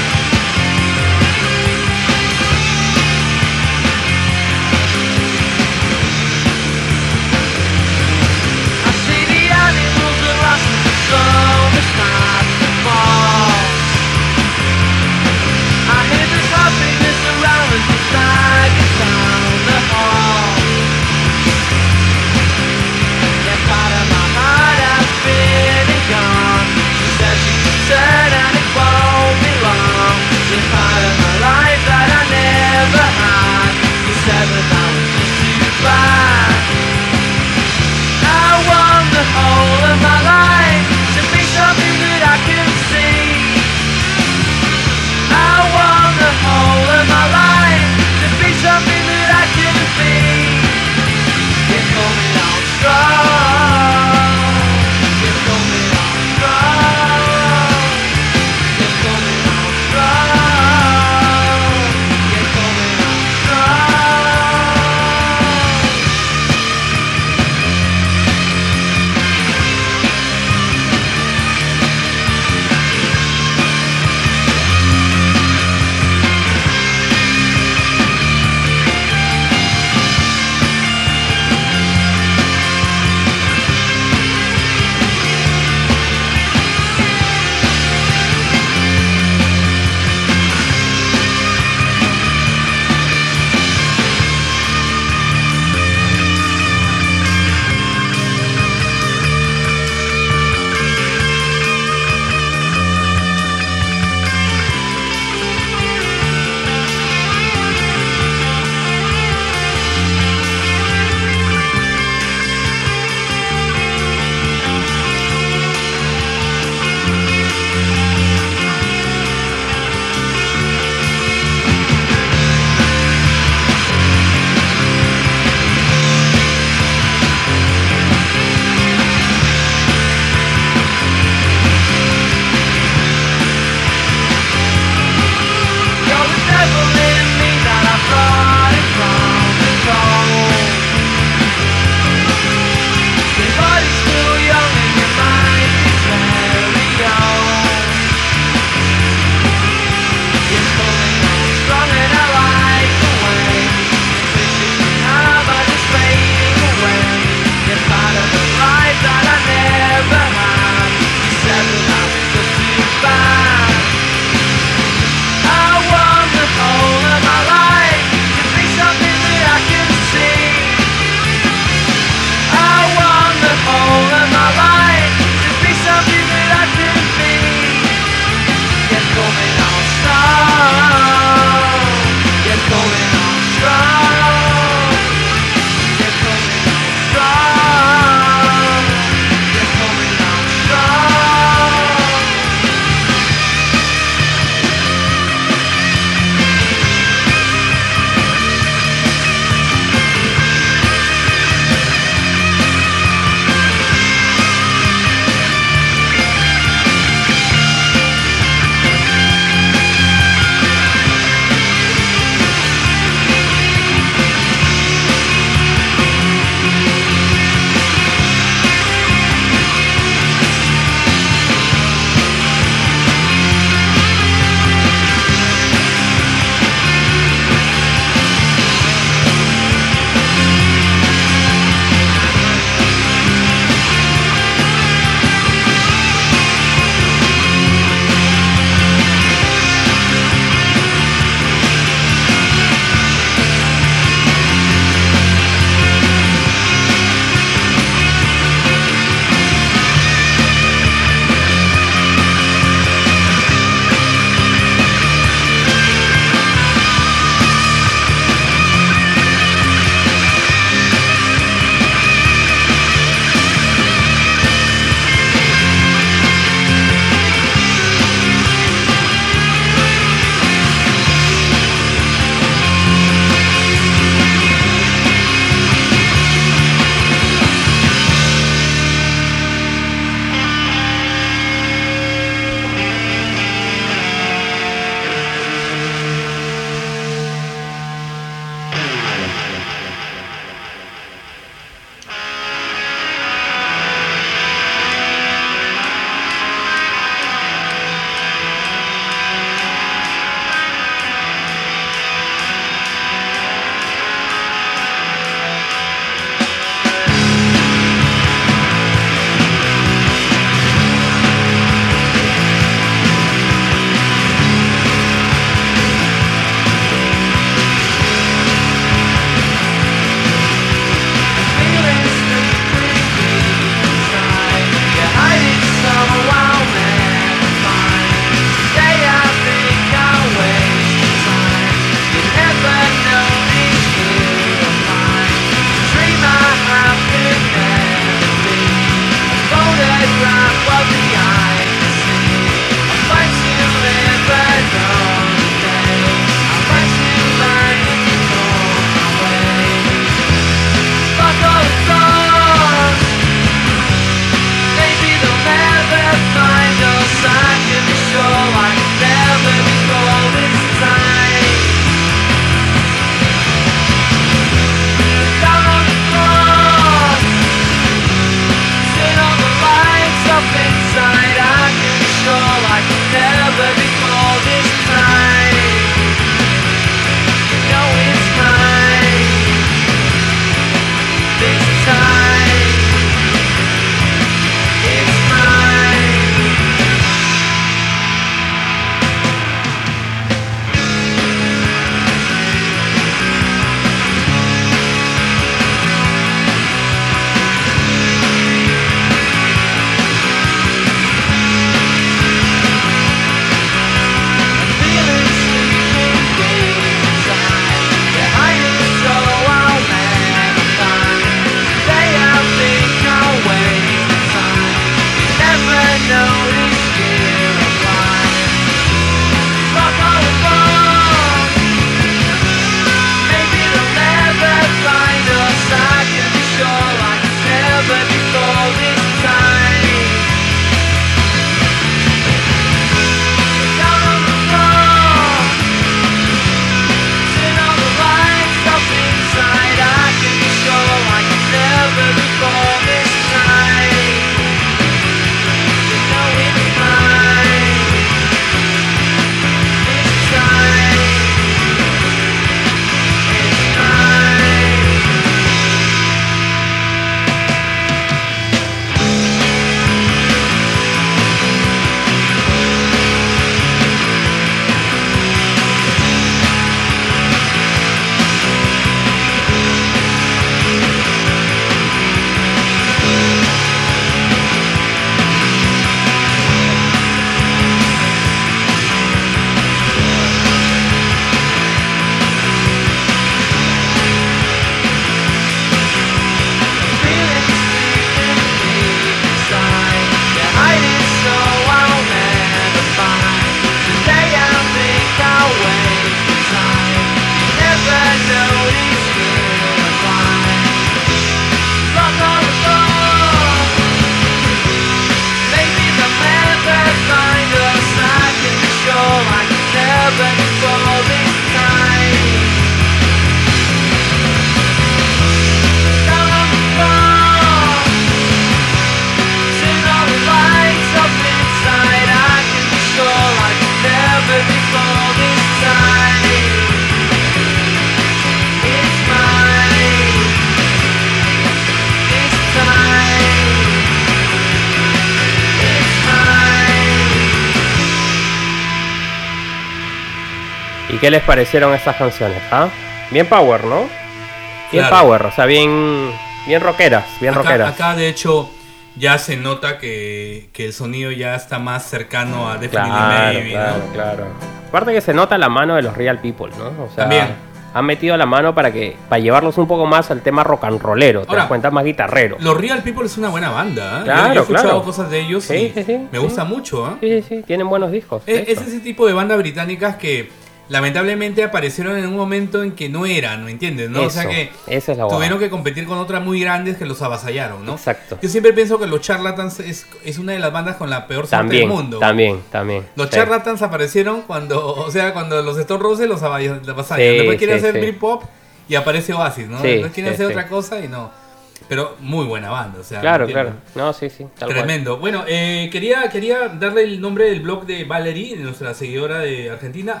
¿Y qué les parecieron estas canciones? ¿Ah? Bien power, ¿no? Bien Claro. power, o sea, bien rockeras, Acá, de hecho, ya se nota que el sonido ya está más cercano a Definitely Maybe, ¿no? Claro. Aparte que se nota la mano de los Real People, ¿no? O sea, También. han metido la mano para llevarlos un poco más al tema rock and rollero, te Ahora, das cuenta, más guitarrero. Los Real People es una buena banda, ¿eh? Claro, Yo he escuchado claro. cosas de ellos Sí, y sí, me gusta mucho, ¿eh? Sí, tienen buenos discos. de Es hecho. ese tipo de bandas británicas que lamentablemente aparecieron en un momento en que no eran, ¿me entiendes? ¿No? O sea Eso, que esa es la tuvieron huevada. que competir con otras muy grandes que los avasallaron, ¿no? Exacto. Yo siempre pienso que los Charlatans es una de las bandas con la peor suerte del mundo. También. Los Sí. Charlatans aparecieron cuando los Stone Roses los avasallan. Sí, Después quieren sí, hacer sí. Britpop y aparece Oasis, ¿no? Sí, Después quieren sí, hacer sí. otra cosa y no. Pero muy buena banda, o sea. Claro, ¿me claro. entiendes? No, sí, tal cual. Tremendo. Bueno, quería darle el nombre del blog de Valerie, nuestra seguidora de Argentina,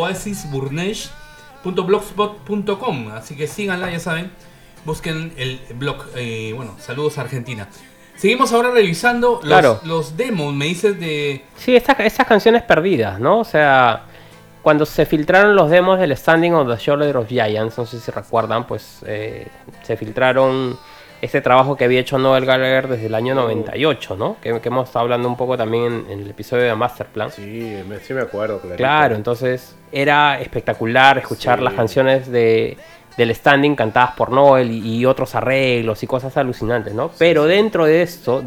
oasisburnesh.blogspot.com. Así que síganla, ya saben. Busquen el blog. Bueno, saludos a Argentina. Seguimos ahora revisando Claro. los demos, me dices de... Sí, estas canciones perdidas, ¿no? O sea, cuando se filtraron los demos del Standing on the Shoulder of Giants, no sé si recuerdan, pues se filtraron este trabajo que había hecho Noel Gallagher desde el año 98, ¿no? Que hemos estado hablando un poco también en el episodio de Masterplan. Sí, sí me acuerdo. clarito. Claro, entonces era espectacular escuchar Sí. las canciones del Standing cantadas por Noel y otros arreglos y cosas alucinantes, ¿no? Pero dentro de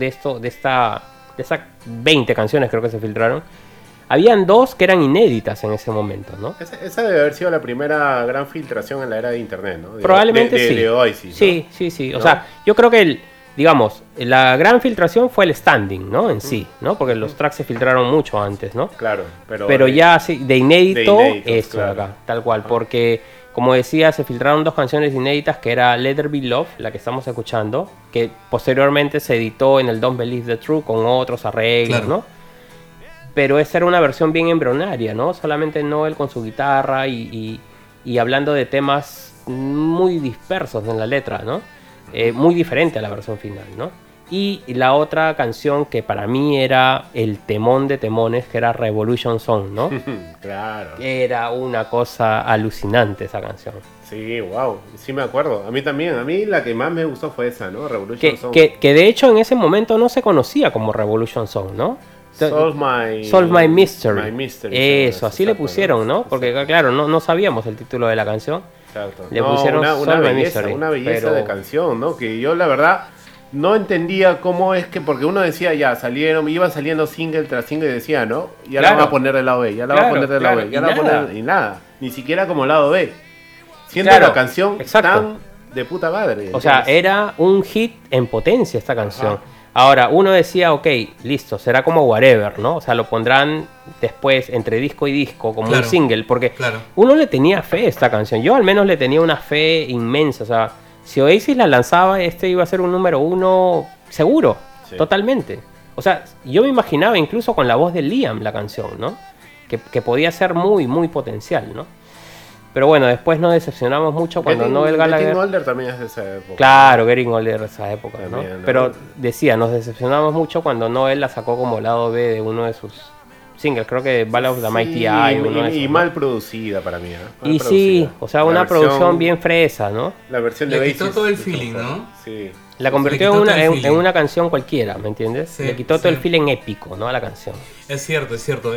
esas 20 canciones creo que se filtraron, habían 2 que eran inéditas en ese momento, ¿no? Esa debe haber sido la primera gran filtración en la era de internet, ¿no? Probablemente sí. De Oasis, ¿no? Sí. O ¿No? sea, yo creo que la gran filtración fue el Standing, ¿no? En sí, ¿no? Porque los tracks se filtraron mucho antes, ¿no? Claro, Pero ya sí, de inédito, de inéditos, esto de claro. acá, tal cual, porque como decía, se filtraron 2 canciones inéditas, que era Let There Be Love, la que estamos escuchando, que posteriormente se editó en el Don't Believe the Truth con otros arreglos, Claro. ¿no? Pero esa era una versión bien embrionaria, ¿no? Solamente Noel con su guitarra y hablando de temas muy dispersos en la letra, ¿no? Muy diferente a la versión final, ¿no? Y la otra canción que para mí era el temón de temones, que era Revolution Song, ¿no? Claro. Era una cosa alucinante esa canción. Sí, wow. Sí me acuerdo. A mí también. A mí la que más me gustó fue esa, ¿no? Revolution Song. Que de hecho en ese momento no se conocía como Revolution Song, ¿no? Solve My Mystery. My Mystery. Eso, así le exacto, pusieron, ¿no? Porque claro, no sabíamos el título de la canción. Exacto. Le pusieron una Solve My belleza, Mystery, una belleza pero- de canción, ¿no? Que yo la verdad no entendía cómo es que, porque uno decía ya, iban saliendo single tras single y decía, ¿no? Ya la Claro. va a poner del lado B, ya la va a Claro, poner del lado claro, B, ya y la va a nada. poner, y nada, ni siquiera como lado B. Siendo Claro, la canción exacto. tan de puta madre. O sea, ¿entiendes? era un hit en potencia esta canción. Ajá. Ahora, uno decía, ok, listo, será como Whatever, ¿no? O sea, lo pondrán después entre disco y disco como Claro. un single, porque Claro. uno le tenía fe a esta canción. Yo al menos le tenía una fe inmensa. O sea, si Oasis la lanzaba, iba a ser un número 1 seguro, Sí. totalmente. O sea, yo me imaginaba incluso con la voz de Liam la canción, ¿no? Que podía ser muy, muy potencial, ¿no? Pero bueno, después nos decepcionamos mucho cuando Noel Gallagher... Getting Older también es de esa época. Claro, Getting Older de esa época, ¿no? También, ¿no? Pero decía, nos decepcionamos mucho cuando Noel la sacó como lado B de uno de sus singles, creo que Ballad of the Mighty Eye, uno de esos, y ¿no? mal producida para mí. Mal Y producida. sí, o sea, La una versión- producción bien fresa, ¿no? La versión de Le Oasis. quitó todo el feeling, ¿no? Sí. La convirtió quitó en todo el en feeling. una canción cualquiera, ¿me entiendes? Sí, Le quitó todo sí. el feeling épico, ¿no? A la canción. Es cierto, es cierto.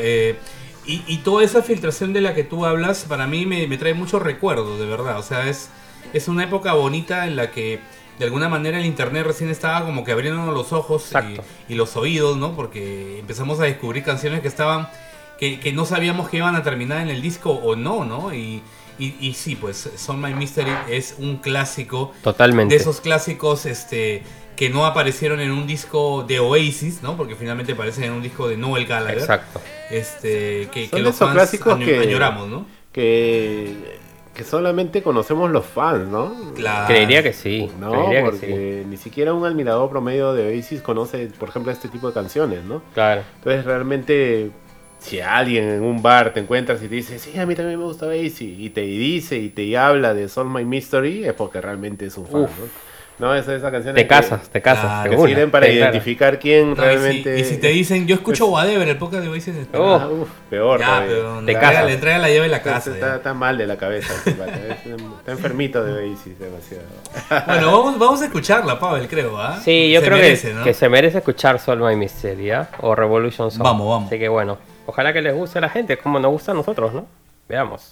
Y toda esa filtración de la que tú hablas, para mí me trae muchos recuerdos, de verdad. O sea, es una época bonita en la que de alguna manera el internet recién estaba como que abriéndonos los ojos Exacto. y los oídos, ¿no? Porque empezamos a descubrir canciones que estaban, que no sabíamos que iban a terminar en el disco o no, ¿no? Y sí, pues Solve My Mystery es un clásico. Totalmente. De esos clásicos que no aparecieron en un disco de Oasis, ¿no? Porque finalmente aparecen en un disco de Noel Gallagher. Exacto. Que Son de los esos fans clásicos añoramos, ¿no? que solamente conocemos los fans, ¿no? Claro. Creería que sí. No, creería que porque ni siquiera un admirador promedio de Oasis conoce, por ejemplo, este tipo de canciones, ¿no? sí. Claro. Entonces realmente, si alguien en un bar te encuentras y te dice, sí, a mí también me gusta Oasis, y te dice y te habla de Solve My Mystery, es porque realmente es un fan, Uf. ¿no? No, esa canción Te casas, Claro, que seguro. sirven para Sí, claro. identificar quién No, realmente... y si te dicen, yo escucho Whatever, el podcast de Oasis en español. Oh. Ah, peor Ya, todavía. pero Te le casas. entrega la llave de la casa. ya. Está mal de la cabeza. Está enfermito de Oasis demasiado. Bueno, vamos a escucharla, Pavel, creo, ¿ah? Sí, yo Se creo merece, ¿no? que se merece escuchar Soul My Mystery, ¿ah? O Revolution Song. Vamos. Así que bueno, ojalá que les guste a la gente, como nos gusta a nosotros, ¿no? Veamos.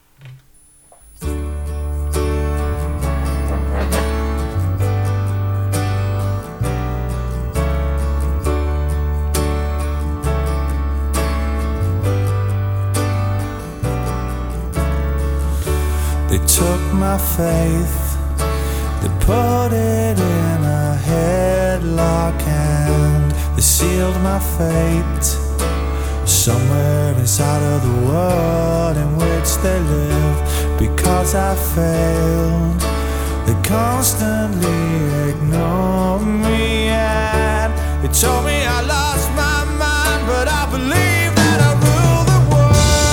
They took my faith, they put it in a headlock and they sealed my fate somewhere inside of the world in which they live. Because I failed, they constantly ignore me and they told me I lost my mind, but I believe that I rule the world.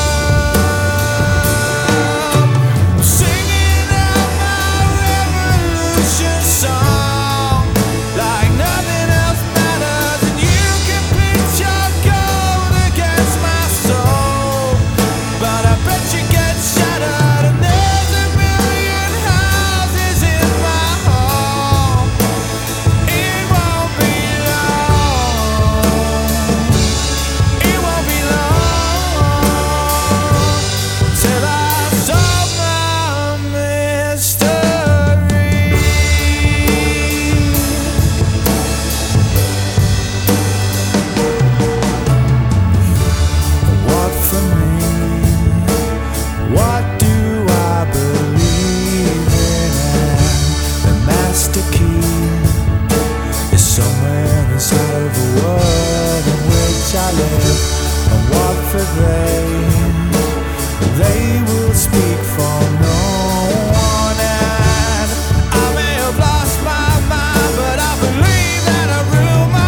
Singing out my revolution song like nothing else matters, and you can pitch your gold against my soul, but I bet you get shattered, and there's a million houses in my hall. It won't be long. It won't be long till I solve my mystery. What for me? What do I believe in? And the master key is somewhere inside of the world in which I live. And what for they will speak for no one. And I may have lost my mind, but I believe that I rule my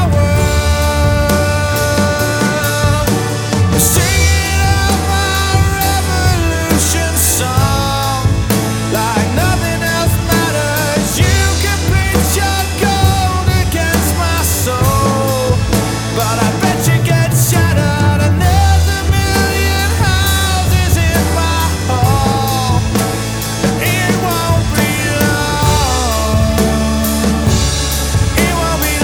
world. Singing out my revolution song like nothing else matters. You can pitch your gold against my soul, but I bet you get shattered, and there's a million houses in my hall. It won't be long. It won't be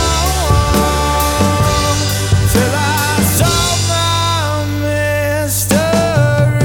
long till I solve my mystery.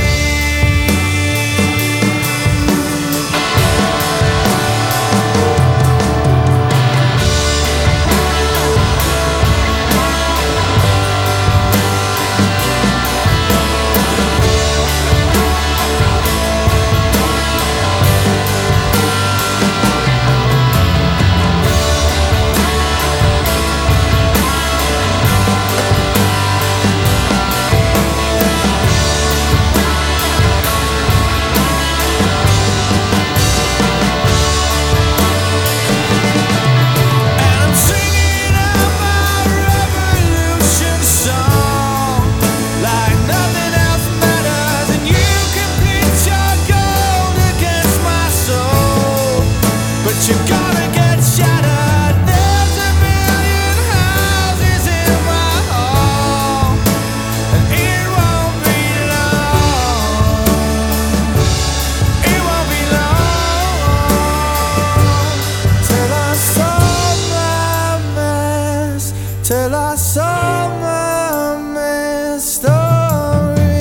And I'm singing out my revolution song like nothing else matters, and you can pitch your gold against my soul, but you're gonna get shattered. There's a million houses in my hall, and it won't be long. It won't be long till I solve my mess, till I solve my mystery.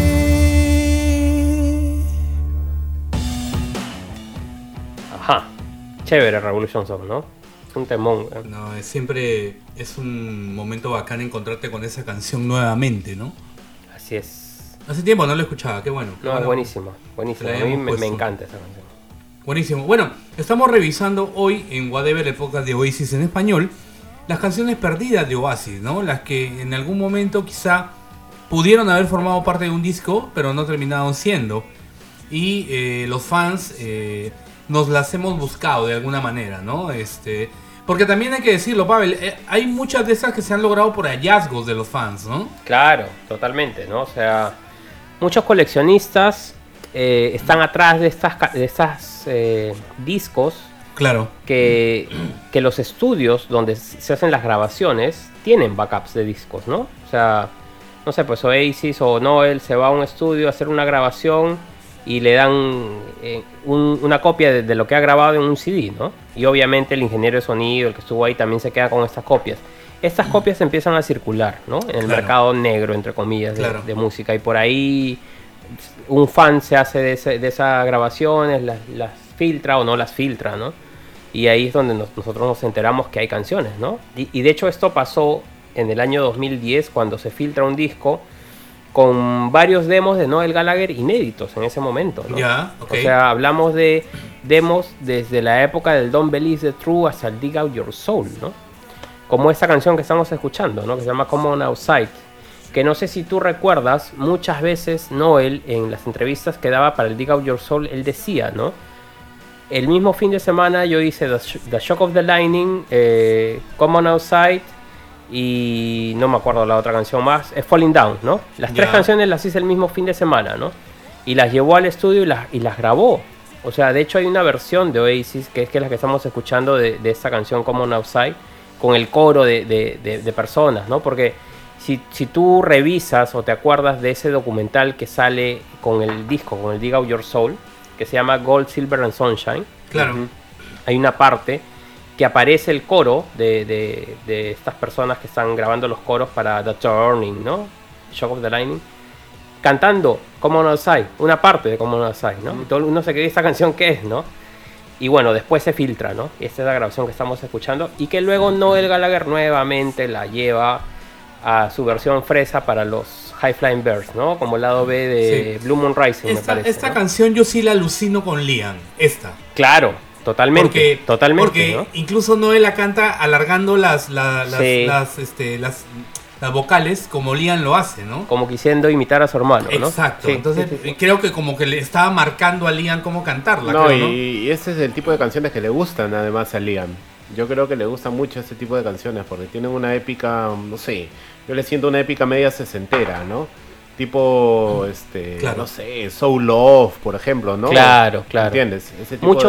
Ajá. Chévere Revolution Song, ¿no? Un temón. No, siempre es un momento bacán encontrarte con esa canción nuevamente, ¿no? Así es. Hace tiempo no la escuchaba, qué bueno. qué No, es bueno. buenísimo, buenísimo. Te la A mí habíamos me puesto. encanta esa canción. Buenísimo. Bueno, estamos revisando hoy en Whatever, el podcast de Oasis en español, las canciones perdidas de Oasis, ¿no? Las que en algún momento quizá pudieron haber formado parte de un disco, pero no terminaron siendo. Y los fans nos las hemos buscado de alguna manera, ¿no? Porque también hay que decirlo, Pavel, hay muchas de esas que se han logrado por hallazgos de los fans, ¿no? Claro, totalmente, ¿no? O sea, muchos coleccionistas están atrás de estas discos Claro. Que los estudios donde se hacen las grabaciones tienen backups de discos, ¿no? O sea, no sé, pues Oasis o Noel se va a un estudio a hacer una grabación y le dan una copia de lo que ha grabado en un CD, ¿no? Y obviamente el ingeniero de sonido, el que estuvo ahí, también se queda con estas copias. Estas copias empiezan a circular, ¿no? En el mercado negro, entre comillas, de música. Y por ahí un fan se hace de esas grabaciones, las filtra o no las filtra, ¿no? Y ahí es donde nosotros nos enteramos que hay canciones, ¿no? Y de hecho esto pasó en el año 2010 cuando se filtra un disco con varios demos de Noel Gallagher inéditos en ese momento, ¿no? Ya, okay. O sea, hablamos de demos desde la época del Don't Believe the True hasta el Dig Out Your Soul, ¿no? Como esta canción que estamos escuchando, ¿no? Que se llama Come On Outside. Que no sé si tú recuerdas, muchas veces Noel en las entrevistas que daba para el Dig Out Your Soul, él decía, ¿no? El mismo fin de semana yo hice The Shock of the Lightning, Come On Outside y no me acuerdo la otra canción más, es Falling Down, ¿no? Las tres canciones las hice el mismo fin de semana, ¿no? Y las llevó al estudio y las grabó. O sea, de hecho hay una versión de Oasis, que es la que estamos escuchando de esta canción Come On Outside, con el coro de personas, ¿no? Porque si tú revisas o te acuerdas de ese documental que sale con el disco, con el Dig Out Your Soul, que se llama Gold, Silver and Sunshine. Claro. Hay una parte que aparece el coro de estas personas que están grabando los coros para The Turning, ¿no? Shock of the Lightning. Cantando Come On Outside, una parte de Come On Outside, ¿no? Y todo uno se cree esta canción qué es, ¿no? Y bueno, después se filtra, ¿no? Y esta es la grabación que estamos escuchando. Y que luego Noel Gallagher nuevamente la lleva a su versión fresa para los High Flying Birds, ¿no? Como lado B de Blue Moon Rising, me parece. Esta ¿no? canción yo sí la alucino con Liam, esta. Claro, totalmente. Porque ¿no? incluso Noel la canta alargando las vocales como Liam lo hace, ¿no? Como quisiendo imitar a su hermano, ¿no? Exacto. Sí, Entonces creo que como que le estaba marcando a Liam cómo cantarla. No, creo, ¿no? y ese es el tipo de canciones que le gustan además a Liam. Yo creo que le gusta mucho ese tipo de canciones porque tienen una épica, no sé, yo le siento una épica media sesentera, ¿no? Tipo, claro. no sé, Soul Love, por ejemplo, ¿no? Claro. ¿Entiendes? Ese tipo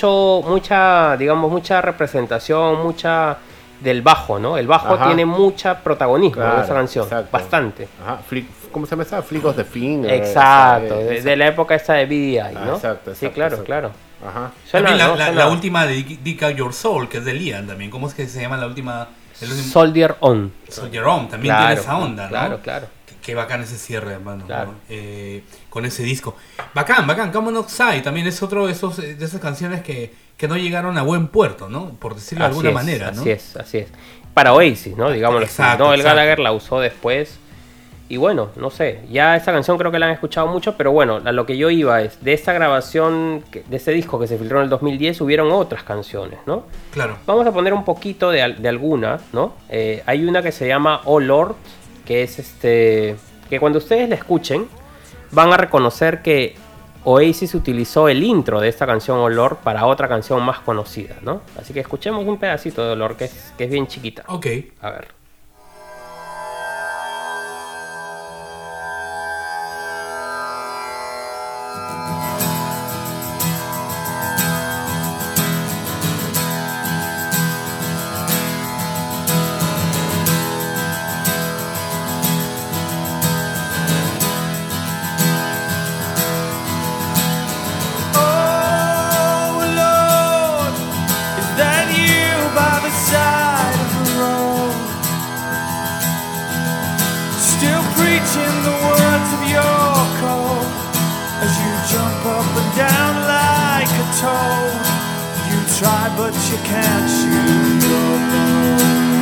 mucha representación, mucha del bajo, ¿no? El bajo tiene mucha protagonismo en esa canción, exacto. bastante. Ajá, ¿cómo se llama esa? Flick of the Finger. Exacto, de la época esta de BDI, ¿no? Exacto, sí, claro. Ajá. También la última de Dig Out Your Soul, que es de Liam también. ¿Cómo es que se llama la última? Soldier On. Soldier On, también tiene esa onda, ¿no? Claro. Qué bacán ese cierre, hermano. Claro. ¿no? Con ese disco. Bacán. Come On Outside también es otro de esas canciones que no llegaron a buen puerto, ¿no? Por decirlo de alguna manera, ¿no? Así es. Para Oasis, ¿no? Digámoslo así. Exacto, El Gallagher la usó después. Y bueno, no sé, ya esta canción creo que la han escuchado mucho, pero bueno, a lo que yo iba es, de esta grabación, de este disco que se filtró en el 2010, hubieron otras canciones, ¿no? Claro. Vamos a poner un poquito de alguna, ¿no? Hay una que se llama Oh Lord, que es que cuando ustedes la escuchen, van a reconocer que Oasis utilizó el intro de esta canción Oh Lord para otra canción más conocida, ¿no? Así que escuchemos un pedacito de Oh Lord, que es bien chiquita. Ok. A ver. Try, but you can't shoot your bow.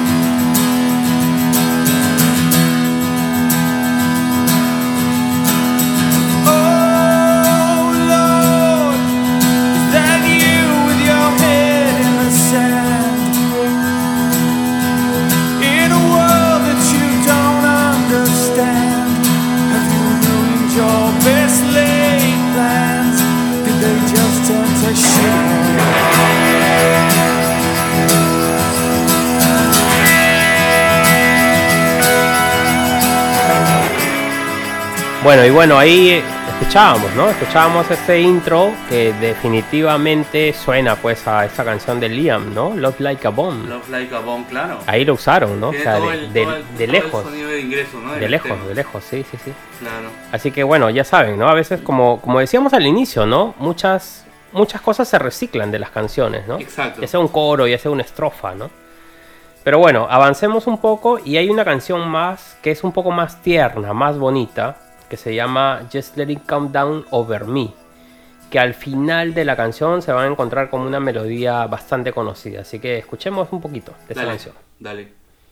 Oh Lord, is that you with your head in the sand? In a world that you don't understand, have you ruined your best laid plans? Did they just turn to shit? Bueno, ahí escuchábamos, ¿no? Escuchábamos este intro que definitivamente suena pues a esta canción de Liam, ¿no? Love Like a Bomb. Love Like a Bomb, claro. Ahí lo usaron, ¿no? O Tiene sea, todo de lejos. El sonido de ingreso, ¿no? De lejos, sí. Claro. Así que bueno, ya saben, ¿no? A veces, como decíamos al inicio, ¿no? Muchas cosas se reciclan de las canciones, ¿no? Exacto. Ya sea un coro, ya sea una estrofa, ¿no? Pero bueno, avancemos un poco y hay una canción más que es un poco más tierna, más bonita, que se llama Just Let It Come Down Over Me, que al final de la canción se van a encontrar con una melodía bastante conocida. Así que escuchemos un poquito de esa canción. Dale.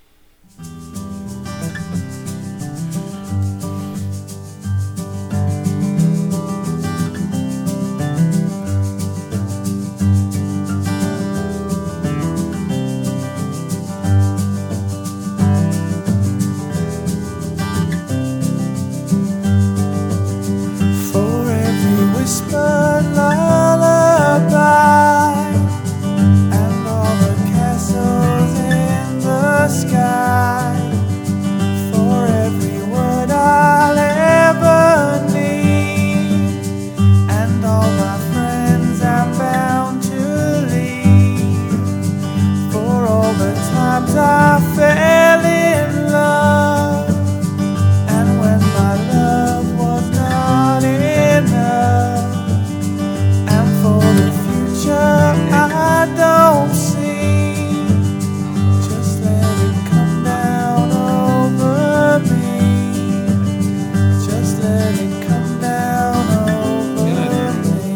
Whispered lullaby and all the castles in the sky, for every word I'll ever need, and all my friends I'm bound to leave, for all the times I fell in love, and when my love was not enough. I don't see. Just let it come down over me. Just let it come down over me.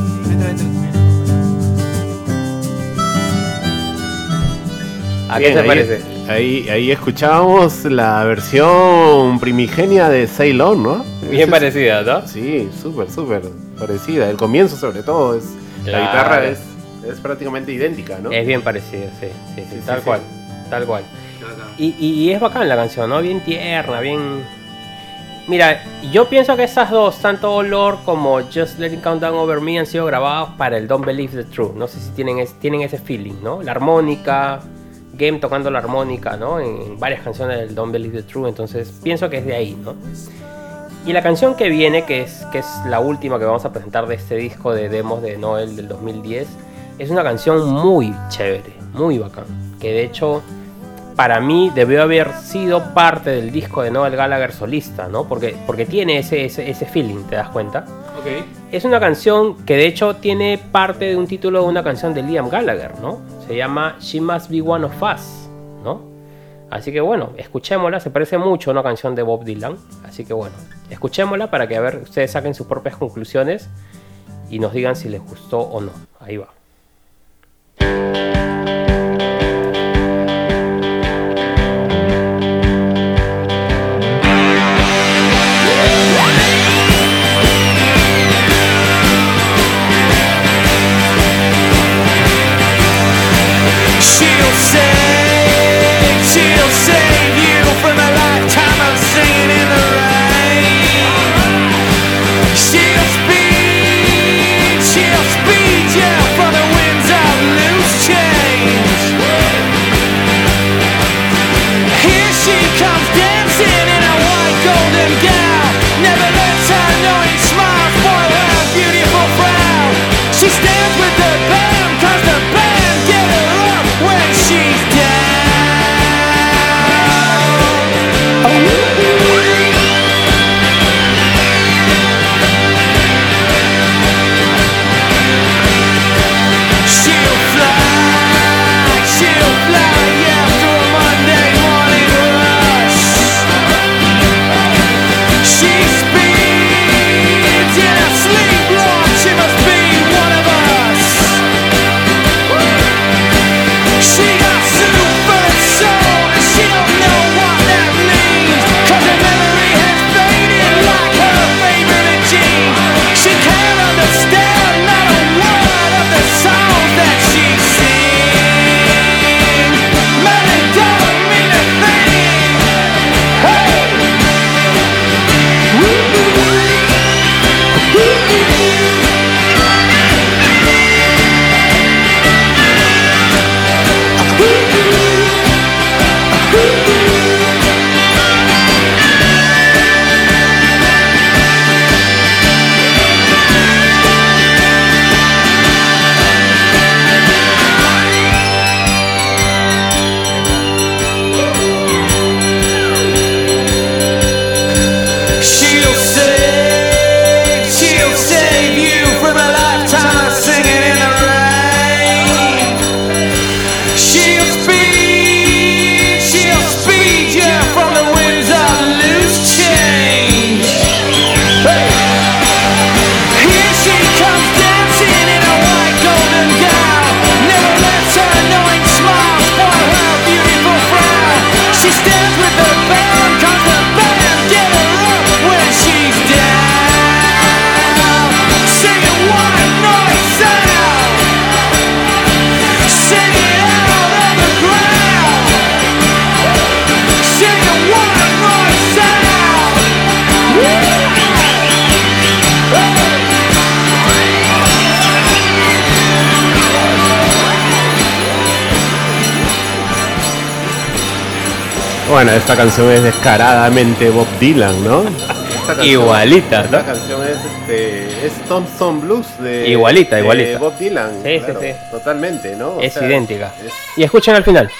¿A qué te parece? Ahí escuchábamos la versión primigenia de Sail On, ¿no? Bien parecida, ¿no? Sí, súper parecida. El comienzo sobre todo es... Claro. La guitarra es prácticamente idéntica, ¿no? Es bien parecida, sí, tal sí. cual. Y es bacán la canción, ¿no? Bien tierna, bien... Mira, yo pienso que estas dos, tanto Olor como Just Let It Come Down Over Me, han sido grabados para el Don't Believe the Truth. No sé si tienen ese feeling, ¿no? La armónica, Game tocando la armónica, ¿no? En varias canciones del Don't Believe the Truth, entonces pienso que es de ahí, ¿no? Y la canción que viene, que es la última que vamos a presentar de este disco de demos de Noel del 2010, es una canción muy chévere, muy bacán, que de hecho para mí debió haber sido parte del disco de Noel Gallagher solista, ¿no? Porque tiene ese feeling, ¿te das cuenta? Ok. Es una canción que de hecho tiene parte de un título de una canción de Liam Gallagher, ¿no? Se llama She Must Be One of Us, ¿no? Así que bueno, escuchémosla, se parece mucho a una canción de Bob Dylan. Así que bueno, escuchémosla para que a ver, ustedes saquen sus propias conclusiones y nos digan si les gustó o no. Ahí va. She'll save you from a lifetime of singing in the rain. She'll speed you from the winds of loose change. Bueno, esta canción es descaradamente Bob Dylan, ¿no? Igualita, ¿no? Esta canción es Thompson Blues de Igualita. Bob Dylan. Sí, claro, sí. Totalmente, ¿no? Es idéntica. Y escuchen al final.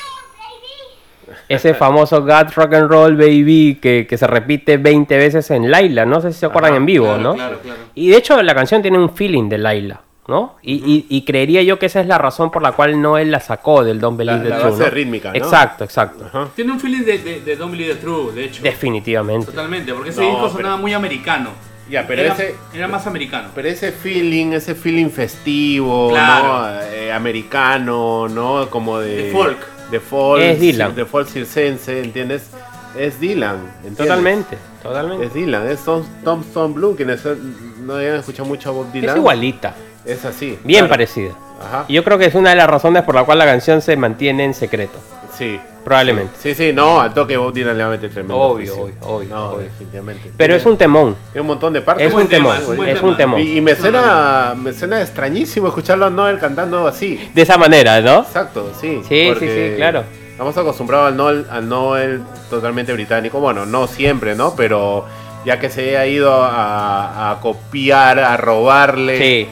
Ese famoso God Rock and Roll Baby que se repite 20 veces en Laila. No sé si se acuerdan en vivo, ¿no? Claro. Y de hecho la canción tiene un feeling de Laila, ¿no? Y creería yo que esa es la razón por la cual Noel la sacó del Don't Believe the La True, base ¿no? rítmica, ¿no? Exacto. Ajá. Tiene un feeling de Don't Believe the True, de hecho. Definitivamente. Totalmente, porque ese No, disco pero- sonaba muy americano. Ya, pero Era más americano. Pero ese feeling festivo, Claro. ¿no? Americano, ¿no? Como de folk. De folk. Es Dylan. De folk circense, ¿entiendes? Es Dylan, ¿entiendes? Totalmente. Es Dylan, es Thompson Blue, quienes no hayan escuchado mucho a Bob Dylan. Es igualita. Es así. Bien claro. parecida. Ajá. Y yo creo que es una de las razones por la cual la canción se mantiene en secreto. Sí. Probablemente. Sí, no, al toque Bob Dylan le va a meter tremendo. Obvio. No, obvio. definitivamente. Pero es un temón. Tiene un montón de partes. Es un temón. tema, es un buen Es tema. un temón. Y me suena extrañísimo escucharlo a Noel cantando así. De esa manera, ¿no? Exacto, sí. Sí, porque sí, claro. Estamos acostumbrados al Noel totalmente británico. Bueno, no siempre, ¿no? Pero ya que se ha ido a copiar, a robarle Sí,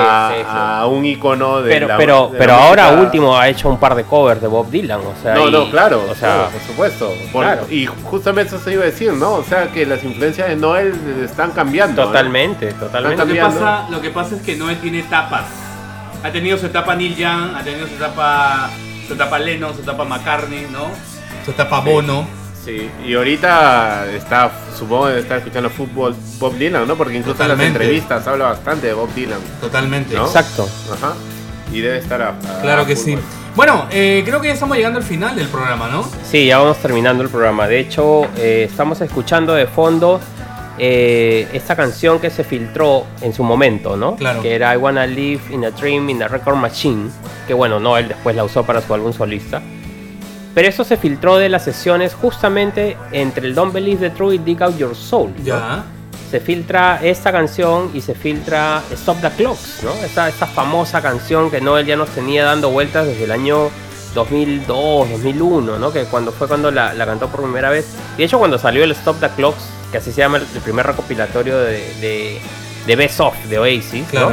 a un icono de Pero la ahora música. último ha hecho un par de covers de Bob Dylan, o sea. Claro, o sea, por supuesto. claro. Y justamente eso se iba a decir, ¿no? O sea, que las influencias de Noel están cambiando. ¿no? totalmente. Lo que pasa es que Noel tiene etapas. Ha tenido su etapa Neil Young, ha tenido su etapa Lennon, su etapa McCartney, ¿no? Su etapa Bono. Sí, y ahorita supongo que está escuchando fútbol Bob Dylan, ¿no? Porque incluso en las Totalmente. entrevistas habla bastante de Bob Dylan. Totalmente. ¿No? Exacto. Ajá. Y debe estar Claro que fútbol. sí. Bueno, creo que ya estamos llegando al final del programa, ¿no? Sí, ya vamos terminando el programa. De hecho, estamos escuchando de fondo esta canción que se filtró en su momento, ¿no? Claro. Que era I Wanna Live in a Dream in a Record Machine. Que bueno, no, él después la usó para su álbum solista. Pero eso se filtró de las sesiones justamente entre el Don't Believe the True y Dig Out Your Soul, ¿no? Ya. Se filtra esta canción y se filtra Stop the Clocks, ¿no? Esta famosa canción que Noel ya nos tenía dando vueltas desde el año 2002, 2001, ¿no? Que fue cuando la cantó por primera vez. De hecho, cuando salió el Stop the Clocks, que así se llama el primer recopilatorio de Best Of de Oasis, Claro. ¿no?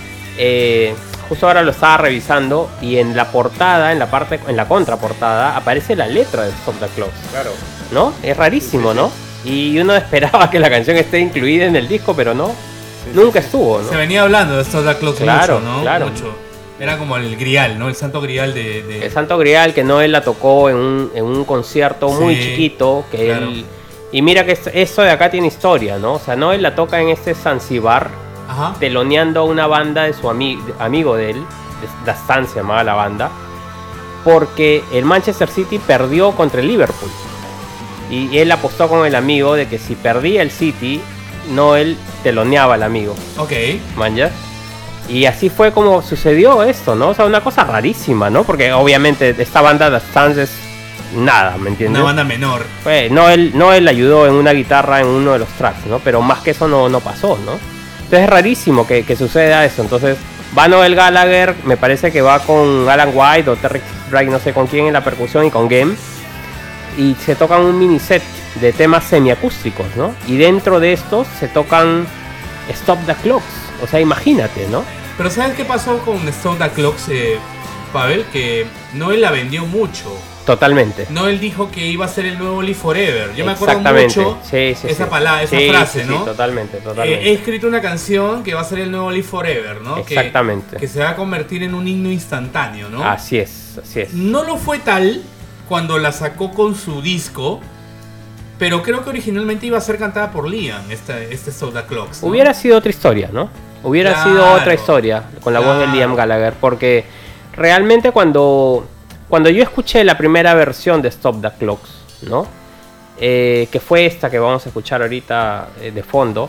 Justo ahora lo estaba revisando y en la portada, en la contraportada, aparece la letra de Stop the Clocks, Claro. ¿no? Es rarísimo, ¿no? Y uno esperaba que la canción esté incluida en el disco, pero no. Nunca estuvo, Se ¿no? venía hablando de Stop the Clocks Claro, mucho, ¿no? claro. Mucho. Era como el grial, ¿no? El santo grial de... El Santo Grial que Noel la tocó en un concierto muy Sí, chiquito. Que claro. él, y mira que esto de acá tiene historia, ¿no? O sea, Noel la toca en este Zanzibar, Ajá. teloneando a una banda de su amigo de él, The Stand se llamaba la banda, porque el Manchester City perdió contra el Liverpool. Y él apostó con el amigo de que si perdía el City, Noel teloneaba al amigo. Ok. ¿Manjas? Y así fue como sucedió esto, ¿no? O sea, una cosa rarísima, ¿no? Porque obviamente esta banda The Stand es nada, ¿me entiendes? Una banda menor. Noel ayudó en una guitarra en uno de los tracks, ¿no? Pero más que eso no pasó, ¿no? Entonces es rarísimo que suceda eso. Entonces va Noel Gallagher, me parece que va con Alan White o Terry Wright, no sé con quién en la percusión y con Game. Y se tocan un mini set de temas semiacústicos, ¿no? Y dentro de estos se tocan Stop the Clocks. O sea, imagínate, ¿no? Pero ¿sabes qué pasó con Stop the Clocks, Pavel? Que Noel la vendió mucho. Totalmente. Noel dijo que iba a ser el nuevo Live Forever. Yo me acuerdo Exactamente. mucho Sí, esa sí. palabra, esa Sí, frase, sí, ¿no? Sí, totalmente. He escrito una canción que va a ser el nuevo Live Forever, ¿no? Exactamente. Que se va a convertir en un himno instantáneo, ¿no? Así es. No lo fue tal cuando la sacó con su disco, pero creo que originalmente iba a ser cantada por Liam, este Stop the Clocks, ¿no? Hubiera sido otra historia, ¿no? Hubiera Claro, sido otra historia con la voz de claro. Liam Gallagher, porque realmente cuando yo escuché la primera versión de Stop the Clocks, ¿no? Que fue esta que vamos a escuchar ahorita de fondo,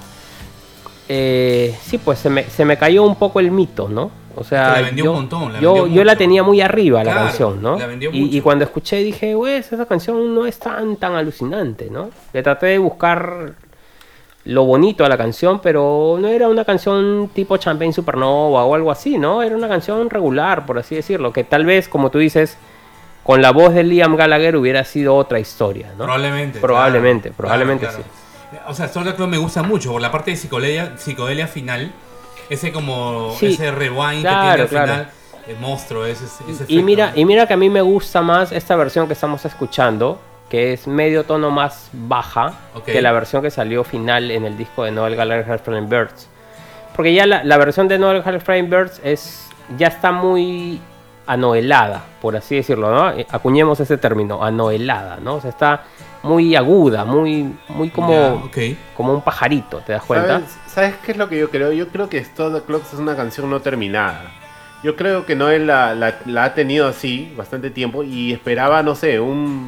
sí, pues se me cayó un poco el mito, ¿no? O sea, Que la vendió un montón, yo la tenía muy arriba la Claro, canción, ¿no? la vendió Y mucho. cuando escuché dije, güey, esa canción no es tan alucinante, ¿no? Le traté de buscar lo bonito a la canción, pero no era una canción tipo Champagne Supernova o algo así, ¿no? Era una canción regular, por así decirlo, que tal vez, como tú dices, con la voz de Liam Gallagher hubiera sido otra historia, ¿no? Probablemente, claro. Sí. O sea, Stop the Clock me gusta mucho por la parte de psicodelia final. Ese como ese rewind que tiene al final, el monstruo, ese efecto. Y mira que a mí me gusta más esta versión que estamos escuchando, que es medio tono más baja que la versión que salió final en el disco de Noel Gallagher, Hell Flying Birds. Porque ya la versión de Noel Gallagher, Flying Birds ya está muy anoelada, por así decirlo, ¿no? Acuñemos ese término, anoelada, ¿no? O sea, está muy aguda, muy como, como un pajarito, ¿te das cuenta? ¿Sabes qué es lo que yo creo? Yo creo que Stop the Clock es una canción no terminada. Yo creo que Noel la ha tenido así bastante tiempo y esperaba, no sé,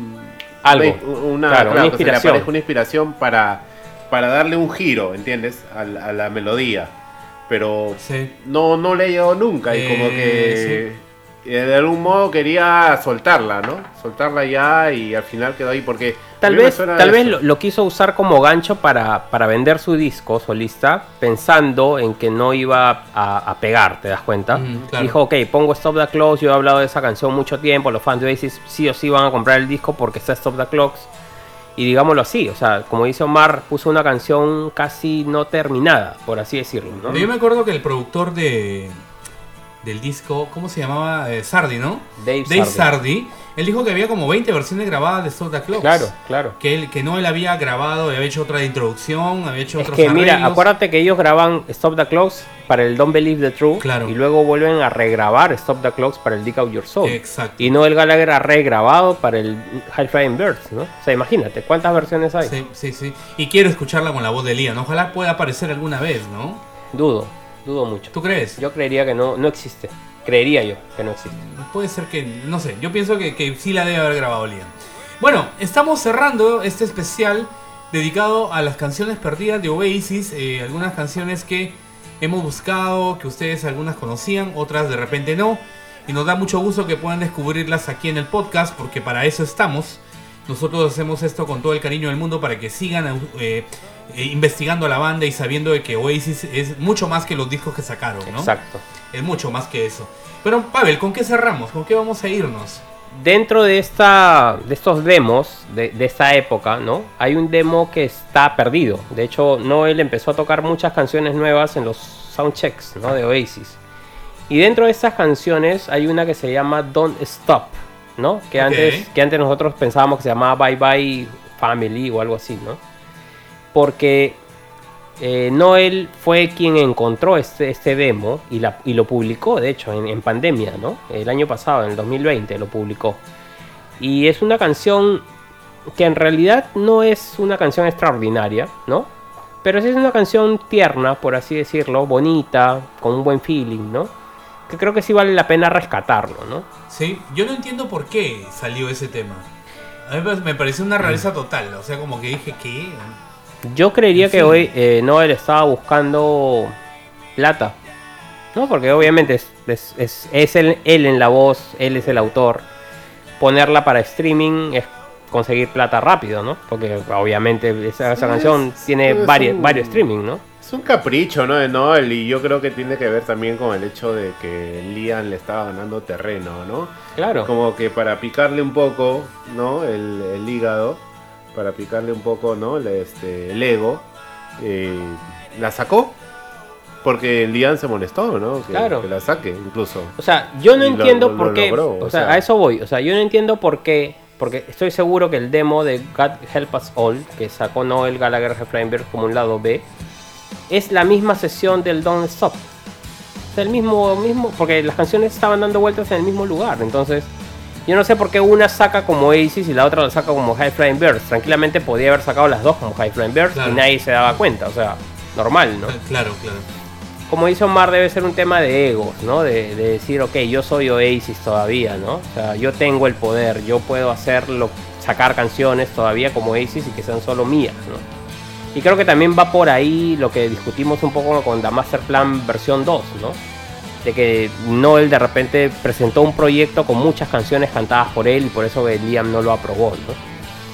una inspiración. Una inspiración para darle un giro, ¿entiendes? A la melodía. Pero no le ha llegado nunca y como que de algún modo quería soltarla, ¿no? Soltarla ya y al final quedó ahí porque... Tal vez lo quiso usar como gancho para vender su disco solista, pensando en que no iba a pegar, ¿te das cuenta? Claro. Dijo, ok, pongo Stop the Clocks, yo he hablado de esa canción mucho tiempo, los fans de Oasis sí o sí van a comprar el disco porque está Stop the Clocks. Y digámoslo así, o sea, como dice Omar, puso una canción casi no terminada, por así decirlo, ¿no? Yo me acuerdo que el productor del disco, ¿cómo se llamaba? Sardi, ¿no? Dave Sardi. Él dijo que había como 20 versiones grabadas de Stop the Clocks. Claro. Que no él había grabado, había hecho otra de introducción, había hecho otros arreglos. Mira, acuérdate que ellos graban Stop the Clocks para el Don't Believe the Truth. Claro. Y luego vuelven a regrabar Stop the Clocks para el Dig Out Your Soul. Exacto. Y Noel Gallagher ha regrabado para el High Flying Birds, ¿no? O sea, imagínate, ¿cuántas versiones hay? Sí. Y quiero escucharla con la voz de Liam. Ojalá pueda aparecer alguna vez, ¿no? Dudo mucho. ¿Tú crees? Yo creería que no existe. Creería yo que no existe. Puede ser que, no sé, yo pienso que sí la debe haber grabado Liam. Bueno, estamos cerrando este especial dedicado a las canciones perdidas de Oasis. Algunas canciones que hemos buscado, que ustedes algunas conocían, otras de repente no. Y nos da mucho gusto que puedan descubrirlas aquí en el podcast, porque para eso estamos. Nosotros hacemos esto con todo el cariño del mundo para que sigan investigando a la banda y sabiendo de que Oasis es mucho más que los discos que sacaron, ¿no? Exacto. Es mucho más que eso. Pero, Pavel, ¿con qué cerramos? ¿Con qué vamos a irnos? Dentro de estos demos de esta época, ¿no? Hay un demo que está perdido. De hecho, Noel empezó a tocar muchas canciones nuevas en los soundchecks, ¿no? De Oasis. Y dentro de estas canciones hay una que se llama Don't Stop, ¿no? Que antes nosotros pensábamos que se llamaba Bye Bye Family o algo así, ¿no? Porque Noel fue quien encontró este demo y lo publicó, de hecho, en pandemia, ¿no? El año pasado, en el 2020, lo publicó. Y es una canción que en realidad no es una canción extraordinaria, ¿no? Pero sí es una canción tierna, por así decirlo, bonita, con un buen feeling, ¿no? Que creo que sí vale la pena rescatarlo, ¿no? Sí, yo no entiendo por qué salió ese tema. A mí me pareció una rareza total, o sea, como que dije, ¿qué? Yo creería que hoy Noel estaba buscando plata, ¿no? Porque obviamente es él en la voz, él es el autor. Ponerla para streaming es conseguir plata rápido, ¿no? Porque obviamente esa canción tiene varios streaming, ¿no? Es un capricho, ¿no? De Noel, y yo creo que tiene que ver también con el hecho de que Liam le estaba ganando terreno, ¿no? Claro. Como que para picarle un poco, ¿no? El hígado, para picarle un poco, ¿no? El ego, la sacó. Porque Liam se molestó, ¿no? Claro. Que la saque, incluso. O sea, yo no entiendo por qué. Logró, o sea, a eso voy. O sea, yo no entiendo por qué. Porque estoy seguro que el demo de God Help Us All, que sacó Noel Gallagher Flying Birds como un lado B, es la misma sesión del Don't Stop. O sea, el mismo. Porque las canciones estaban dando vueltas en el mismo lugar. Entonces, yo no sé por qué una saca como Oasis y la otra la saca como High Flying Birds. Tranquilamente podía haber sacado las dos como High Flying Birds, claro, y nadie se daba cuenta. O sea, normal, ¿no? Claro. Como dice Omar, debe ser un tema de egos, ¿no? De decir, ok, yo soy Oasis todavía, ¿no? O sea, yo tengo el poder, yo puedo sacar canciones todavía como Oasis y que sean solo mías, ¿no? Y creo que también va por ahí lo que discutimos un poco con The Master Plan versión 2, ¿no? De que Noel de repente presentó un proyecto con muchas canciones cantadas por él y por eso Liam no lo aprobó, ¿no?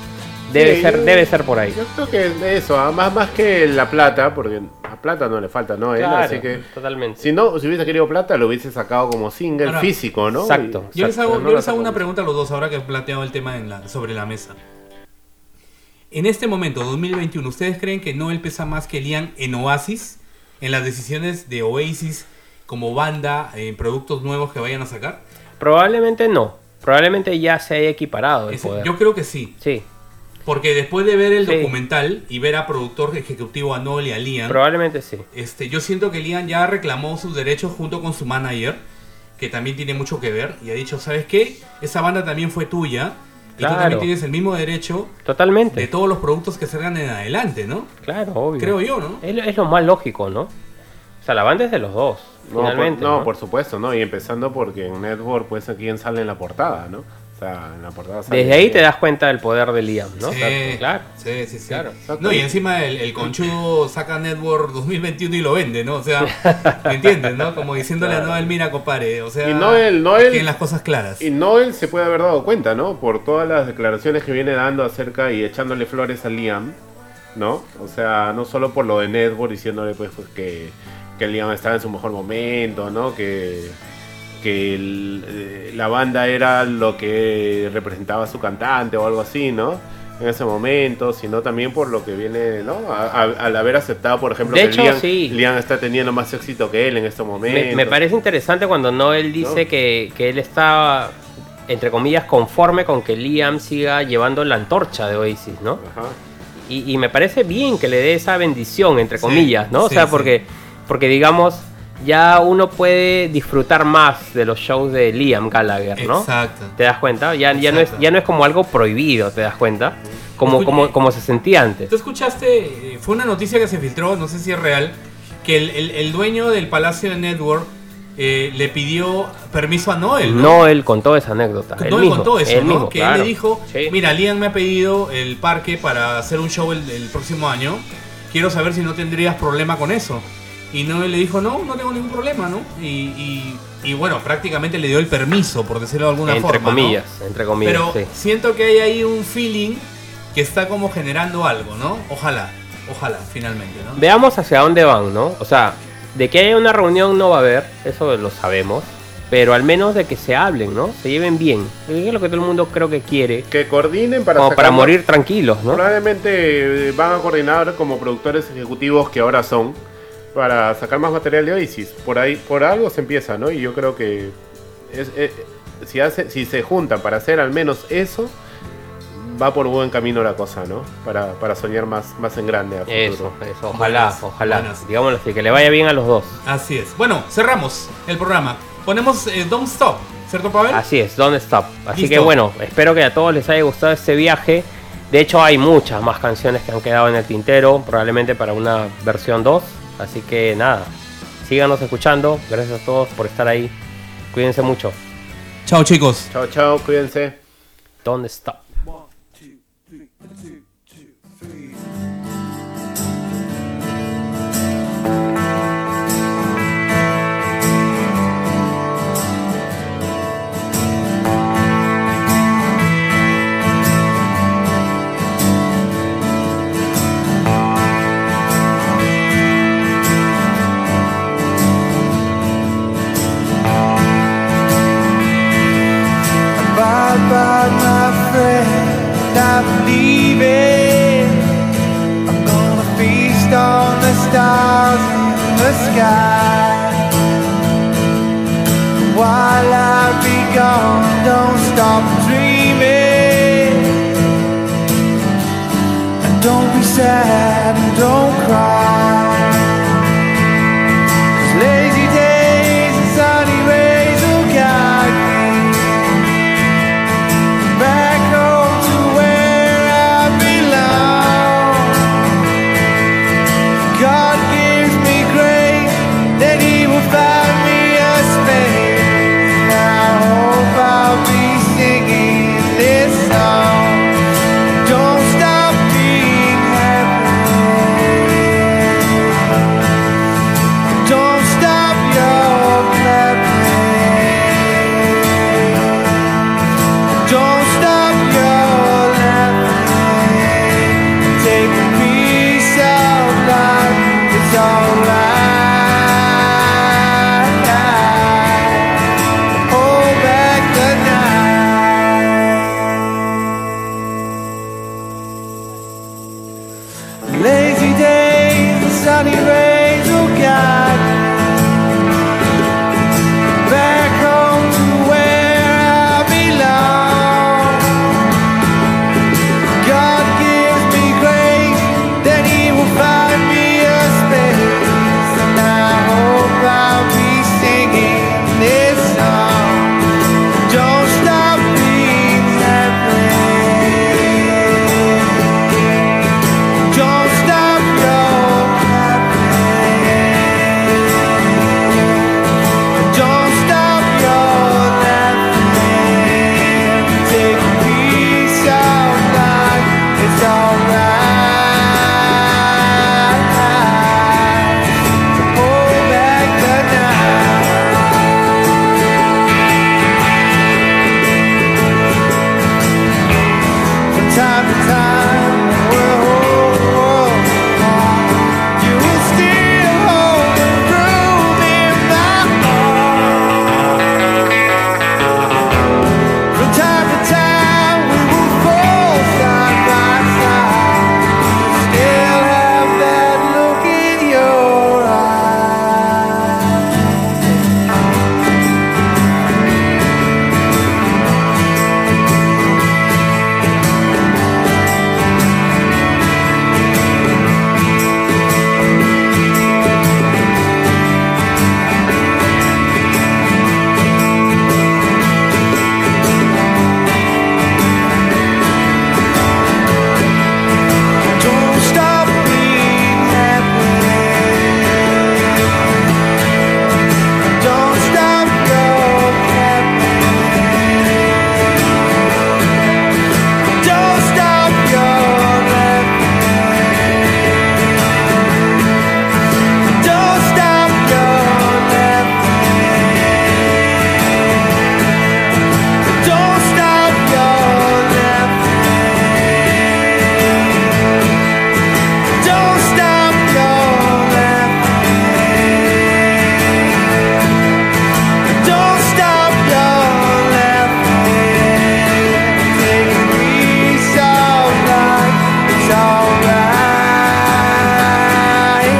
Debe ser por ahí. Yo creo que eso, más que la plata, porque a plata no le falta, ¿no? Él, Claro, así que totalmente. si hubiese querido plata, lo hubiese sacado como single Ahora, físico, ¿no? Exacto. Yo les hago, no yo lo les hago sacó. una pregunta a los dos ahora que he planteado el tema sobre la mesa. En este momento, 2021, ¿ustedes creen que Noel pesa más que Liam en Oasis? ¿En las decisiones de Oasis como banda, en productos nuevos que vayan a sacar? Probablemente no. Probablemente ya se haya equiparado el poder. Yo creo que sí. Sí, Porque después de ver el Sí. documental y ver a productor ejecutivo a Noel y a Liam, probablemente sí. yo siento que Liam ya reclamó sus derechos junto con su manager, que también tiene mucho que ver, y ha dicho, ¿sabes qué? Esa banda también fue tuya, y Claro. tú también tienes el mismo derecho Totalmente. de todos los productos que salgan en adelante, ¿no? Claro, obvio. Creo yo, ¿no? Es lo más lógico, ¿no? O sea, la banda es de los dos, finalmente. Por supuesto, ¿no? Y empezando porque en Network, pues, quién sale en la portada, ¿no? O sea, en la portada sale... Desde ahí te das cuenta del poder de Liam, ¿no? Sí, Claro. sí. Claro. No, y encima el conchudo saca Network 2021 y lo vende, ¿no? O sea, ¿me entiendes, no? Como diciéndole a Noel, mira, compadre, o sea, Y Noel- tienen las cosas claras. Y Noel se puede haber dado cuenta, ¿no? Por todas las declaraciones que viene dando acerca y echándole flores a Liam, ¿no? O sea, no solo por lo de Network, diciéndole pues que Liam estaba en su mejor momento, ¿no? Que la banda era lo que representaba a su cantante o algo así, ¿no? En ese momento, sino también por lo que viene, ¿no? Al haber aceptado, por ejemplo, De que hecho, sí. Liam está teniendo más éxito que él en estos momentos. Me parece interesante cuando Noel dice ¿No? que él está, entre comillas, conforme con que Liam siga llevando la antorcha de Oasis, ¿no? Ajá. Y me parece bien que le dé esa bendición, entre Sí, comillas, ¿no? O sí, sea, sí. porque digamos, ya uno puede disfrutar más de los shows de Liam Gallagher, ¿no? Exacto. ¿Te das cuenta? Ya no es como algo prohibido, ¿te das cuenta? Escucha- Como se sentía antes. ¿Tú escuchaste? Fue una noticia que se filtró, no sé si es real, que el dueño del Palacio de Network le pidió permiso a Noel, ¿no? Noel contó esa anécdota. Él Noel mismo, contó eso, él ¿no? mismo, Que claro. él le dijo, Sí. mira, Liam me ha pedido el parque para hacer un show el próximo año. Quiero saber si no tendrías problema con eso. Y Noel le dijo, no tengo ningún problema, ¿no? Y bueno, prácticamente le dio el permiso, por decirlo de alguna Entre forma, comillas, ¿no? entre comillas, Pero sí. siento que hay ahí un feeling que está como generando algo, ¿no? Ojalá, finalmente, ¿no? Veamos hacia dónde van, ¿no? O sea, de que haya una reunión no va a haber, eso lo sabemos. Pero al menos de que se hablen, ¿no? Se lleven bien. Es lo que todo el mundo creo que quiere. Que coordinen para Como sacar para más- morir tranquilos, ¿no? Probablemente van a coordinar como productores ejecutivos que ahora son para sacar más material de Oasis. Por algo se empieza, ¿no? Y yo creo que si se juntan para hacer al menos eso, va por buen camino la cosa, ¿no? Para soñar más en grande a futuro. Eso, ojalá. Buenas. Digámoslo así, que le vaya bien a los dos. Así es. Bueno, cerramos el programa. Ponemos Don't Stop, ¿cierto, Pavel? Así es, don't stop. Así Listo. que bueno, espero que a todos les haya gustado este viaje. De hecho, hay muchas más canciones que han quedado en el tintero, probablemente para una versión 2. Así que nada, síganos escuchando. Gracias a todos por estar ahí. Cuídense mucho. Chao, chicos. Chao, cuídense. Don't stop. Bye, my friend, I'm leaving. I'm gonna feast on the stars in the sky. While I be gone, don't stop dreaming. And don't be sad and don't cry. 'Cause lazy days and sunny rays will guide me back home to where I belong. God gives me grace, then He will find me a space. I hope I'll be singing this song. Don't stop being happy. sunny rays will guide me back home to where I belong. God gives me grace, then He will find me a space, and I hope I'll be singing this song. Don't stop being happy. Don't stop your laughing. Don't stop your laughing. Take a piece of life, it's alright. Hold back the night. From time to time, you will still hold a room in my heart. From time to time, we will fall side by side. Still have that look in your eyes. Don't stop being happy. Don't stop your happy. Don't stop your laughing. Don't stop your laughing. Don't stop your laughing. Don't stop your laughing. Don't stop your laughing. Take a piece of life, it's alright.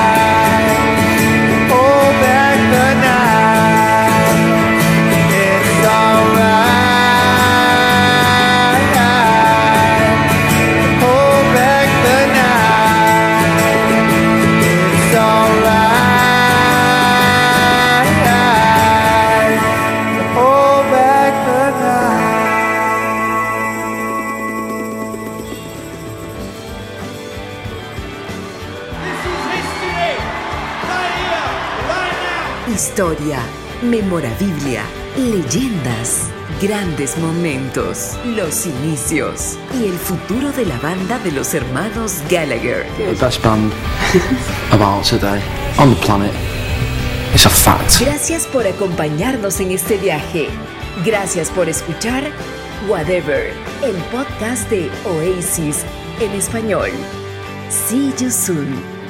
Hold back the night, it's alright. Hold back the night, it's alright. Hold back the night. Historia, memorabilia, leyendas, grandes momentos, los inicios y el futuro de la banda de los hermanos Gallagher. The best band about today on the planet. It's a fact. Gracias por acompañarnos en este viaje. Gracias por escuchar Whatever, el podcast de Oasis en español. See you soon.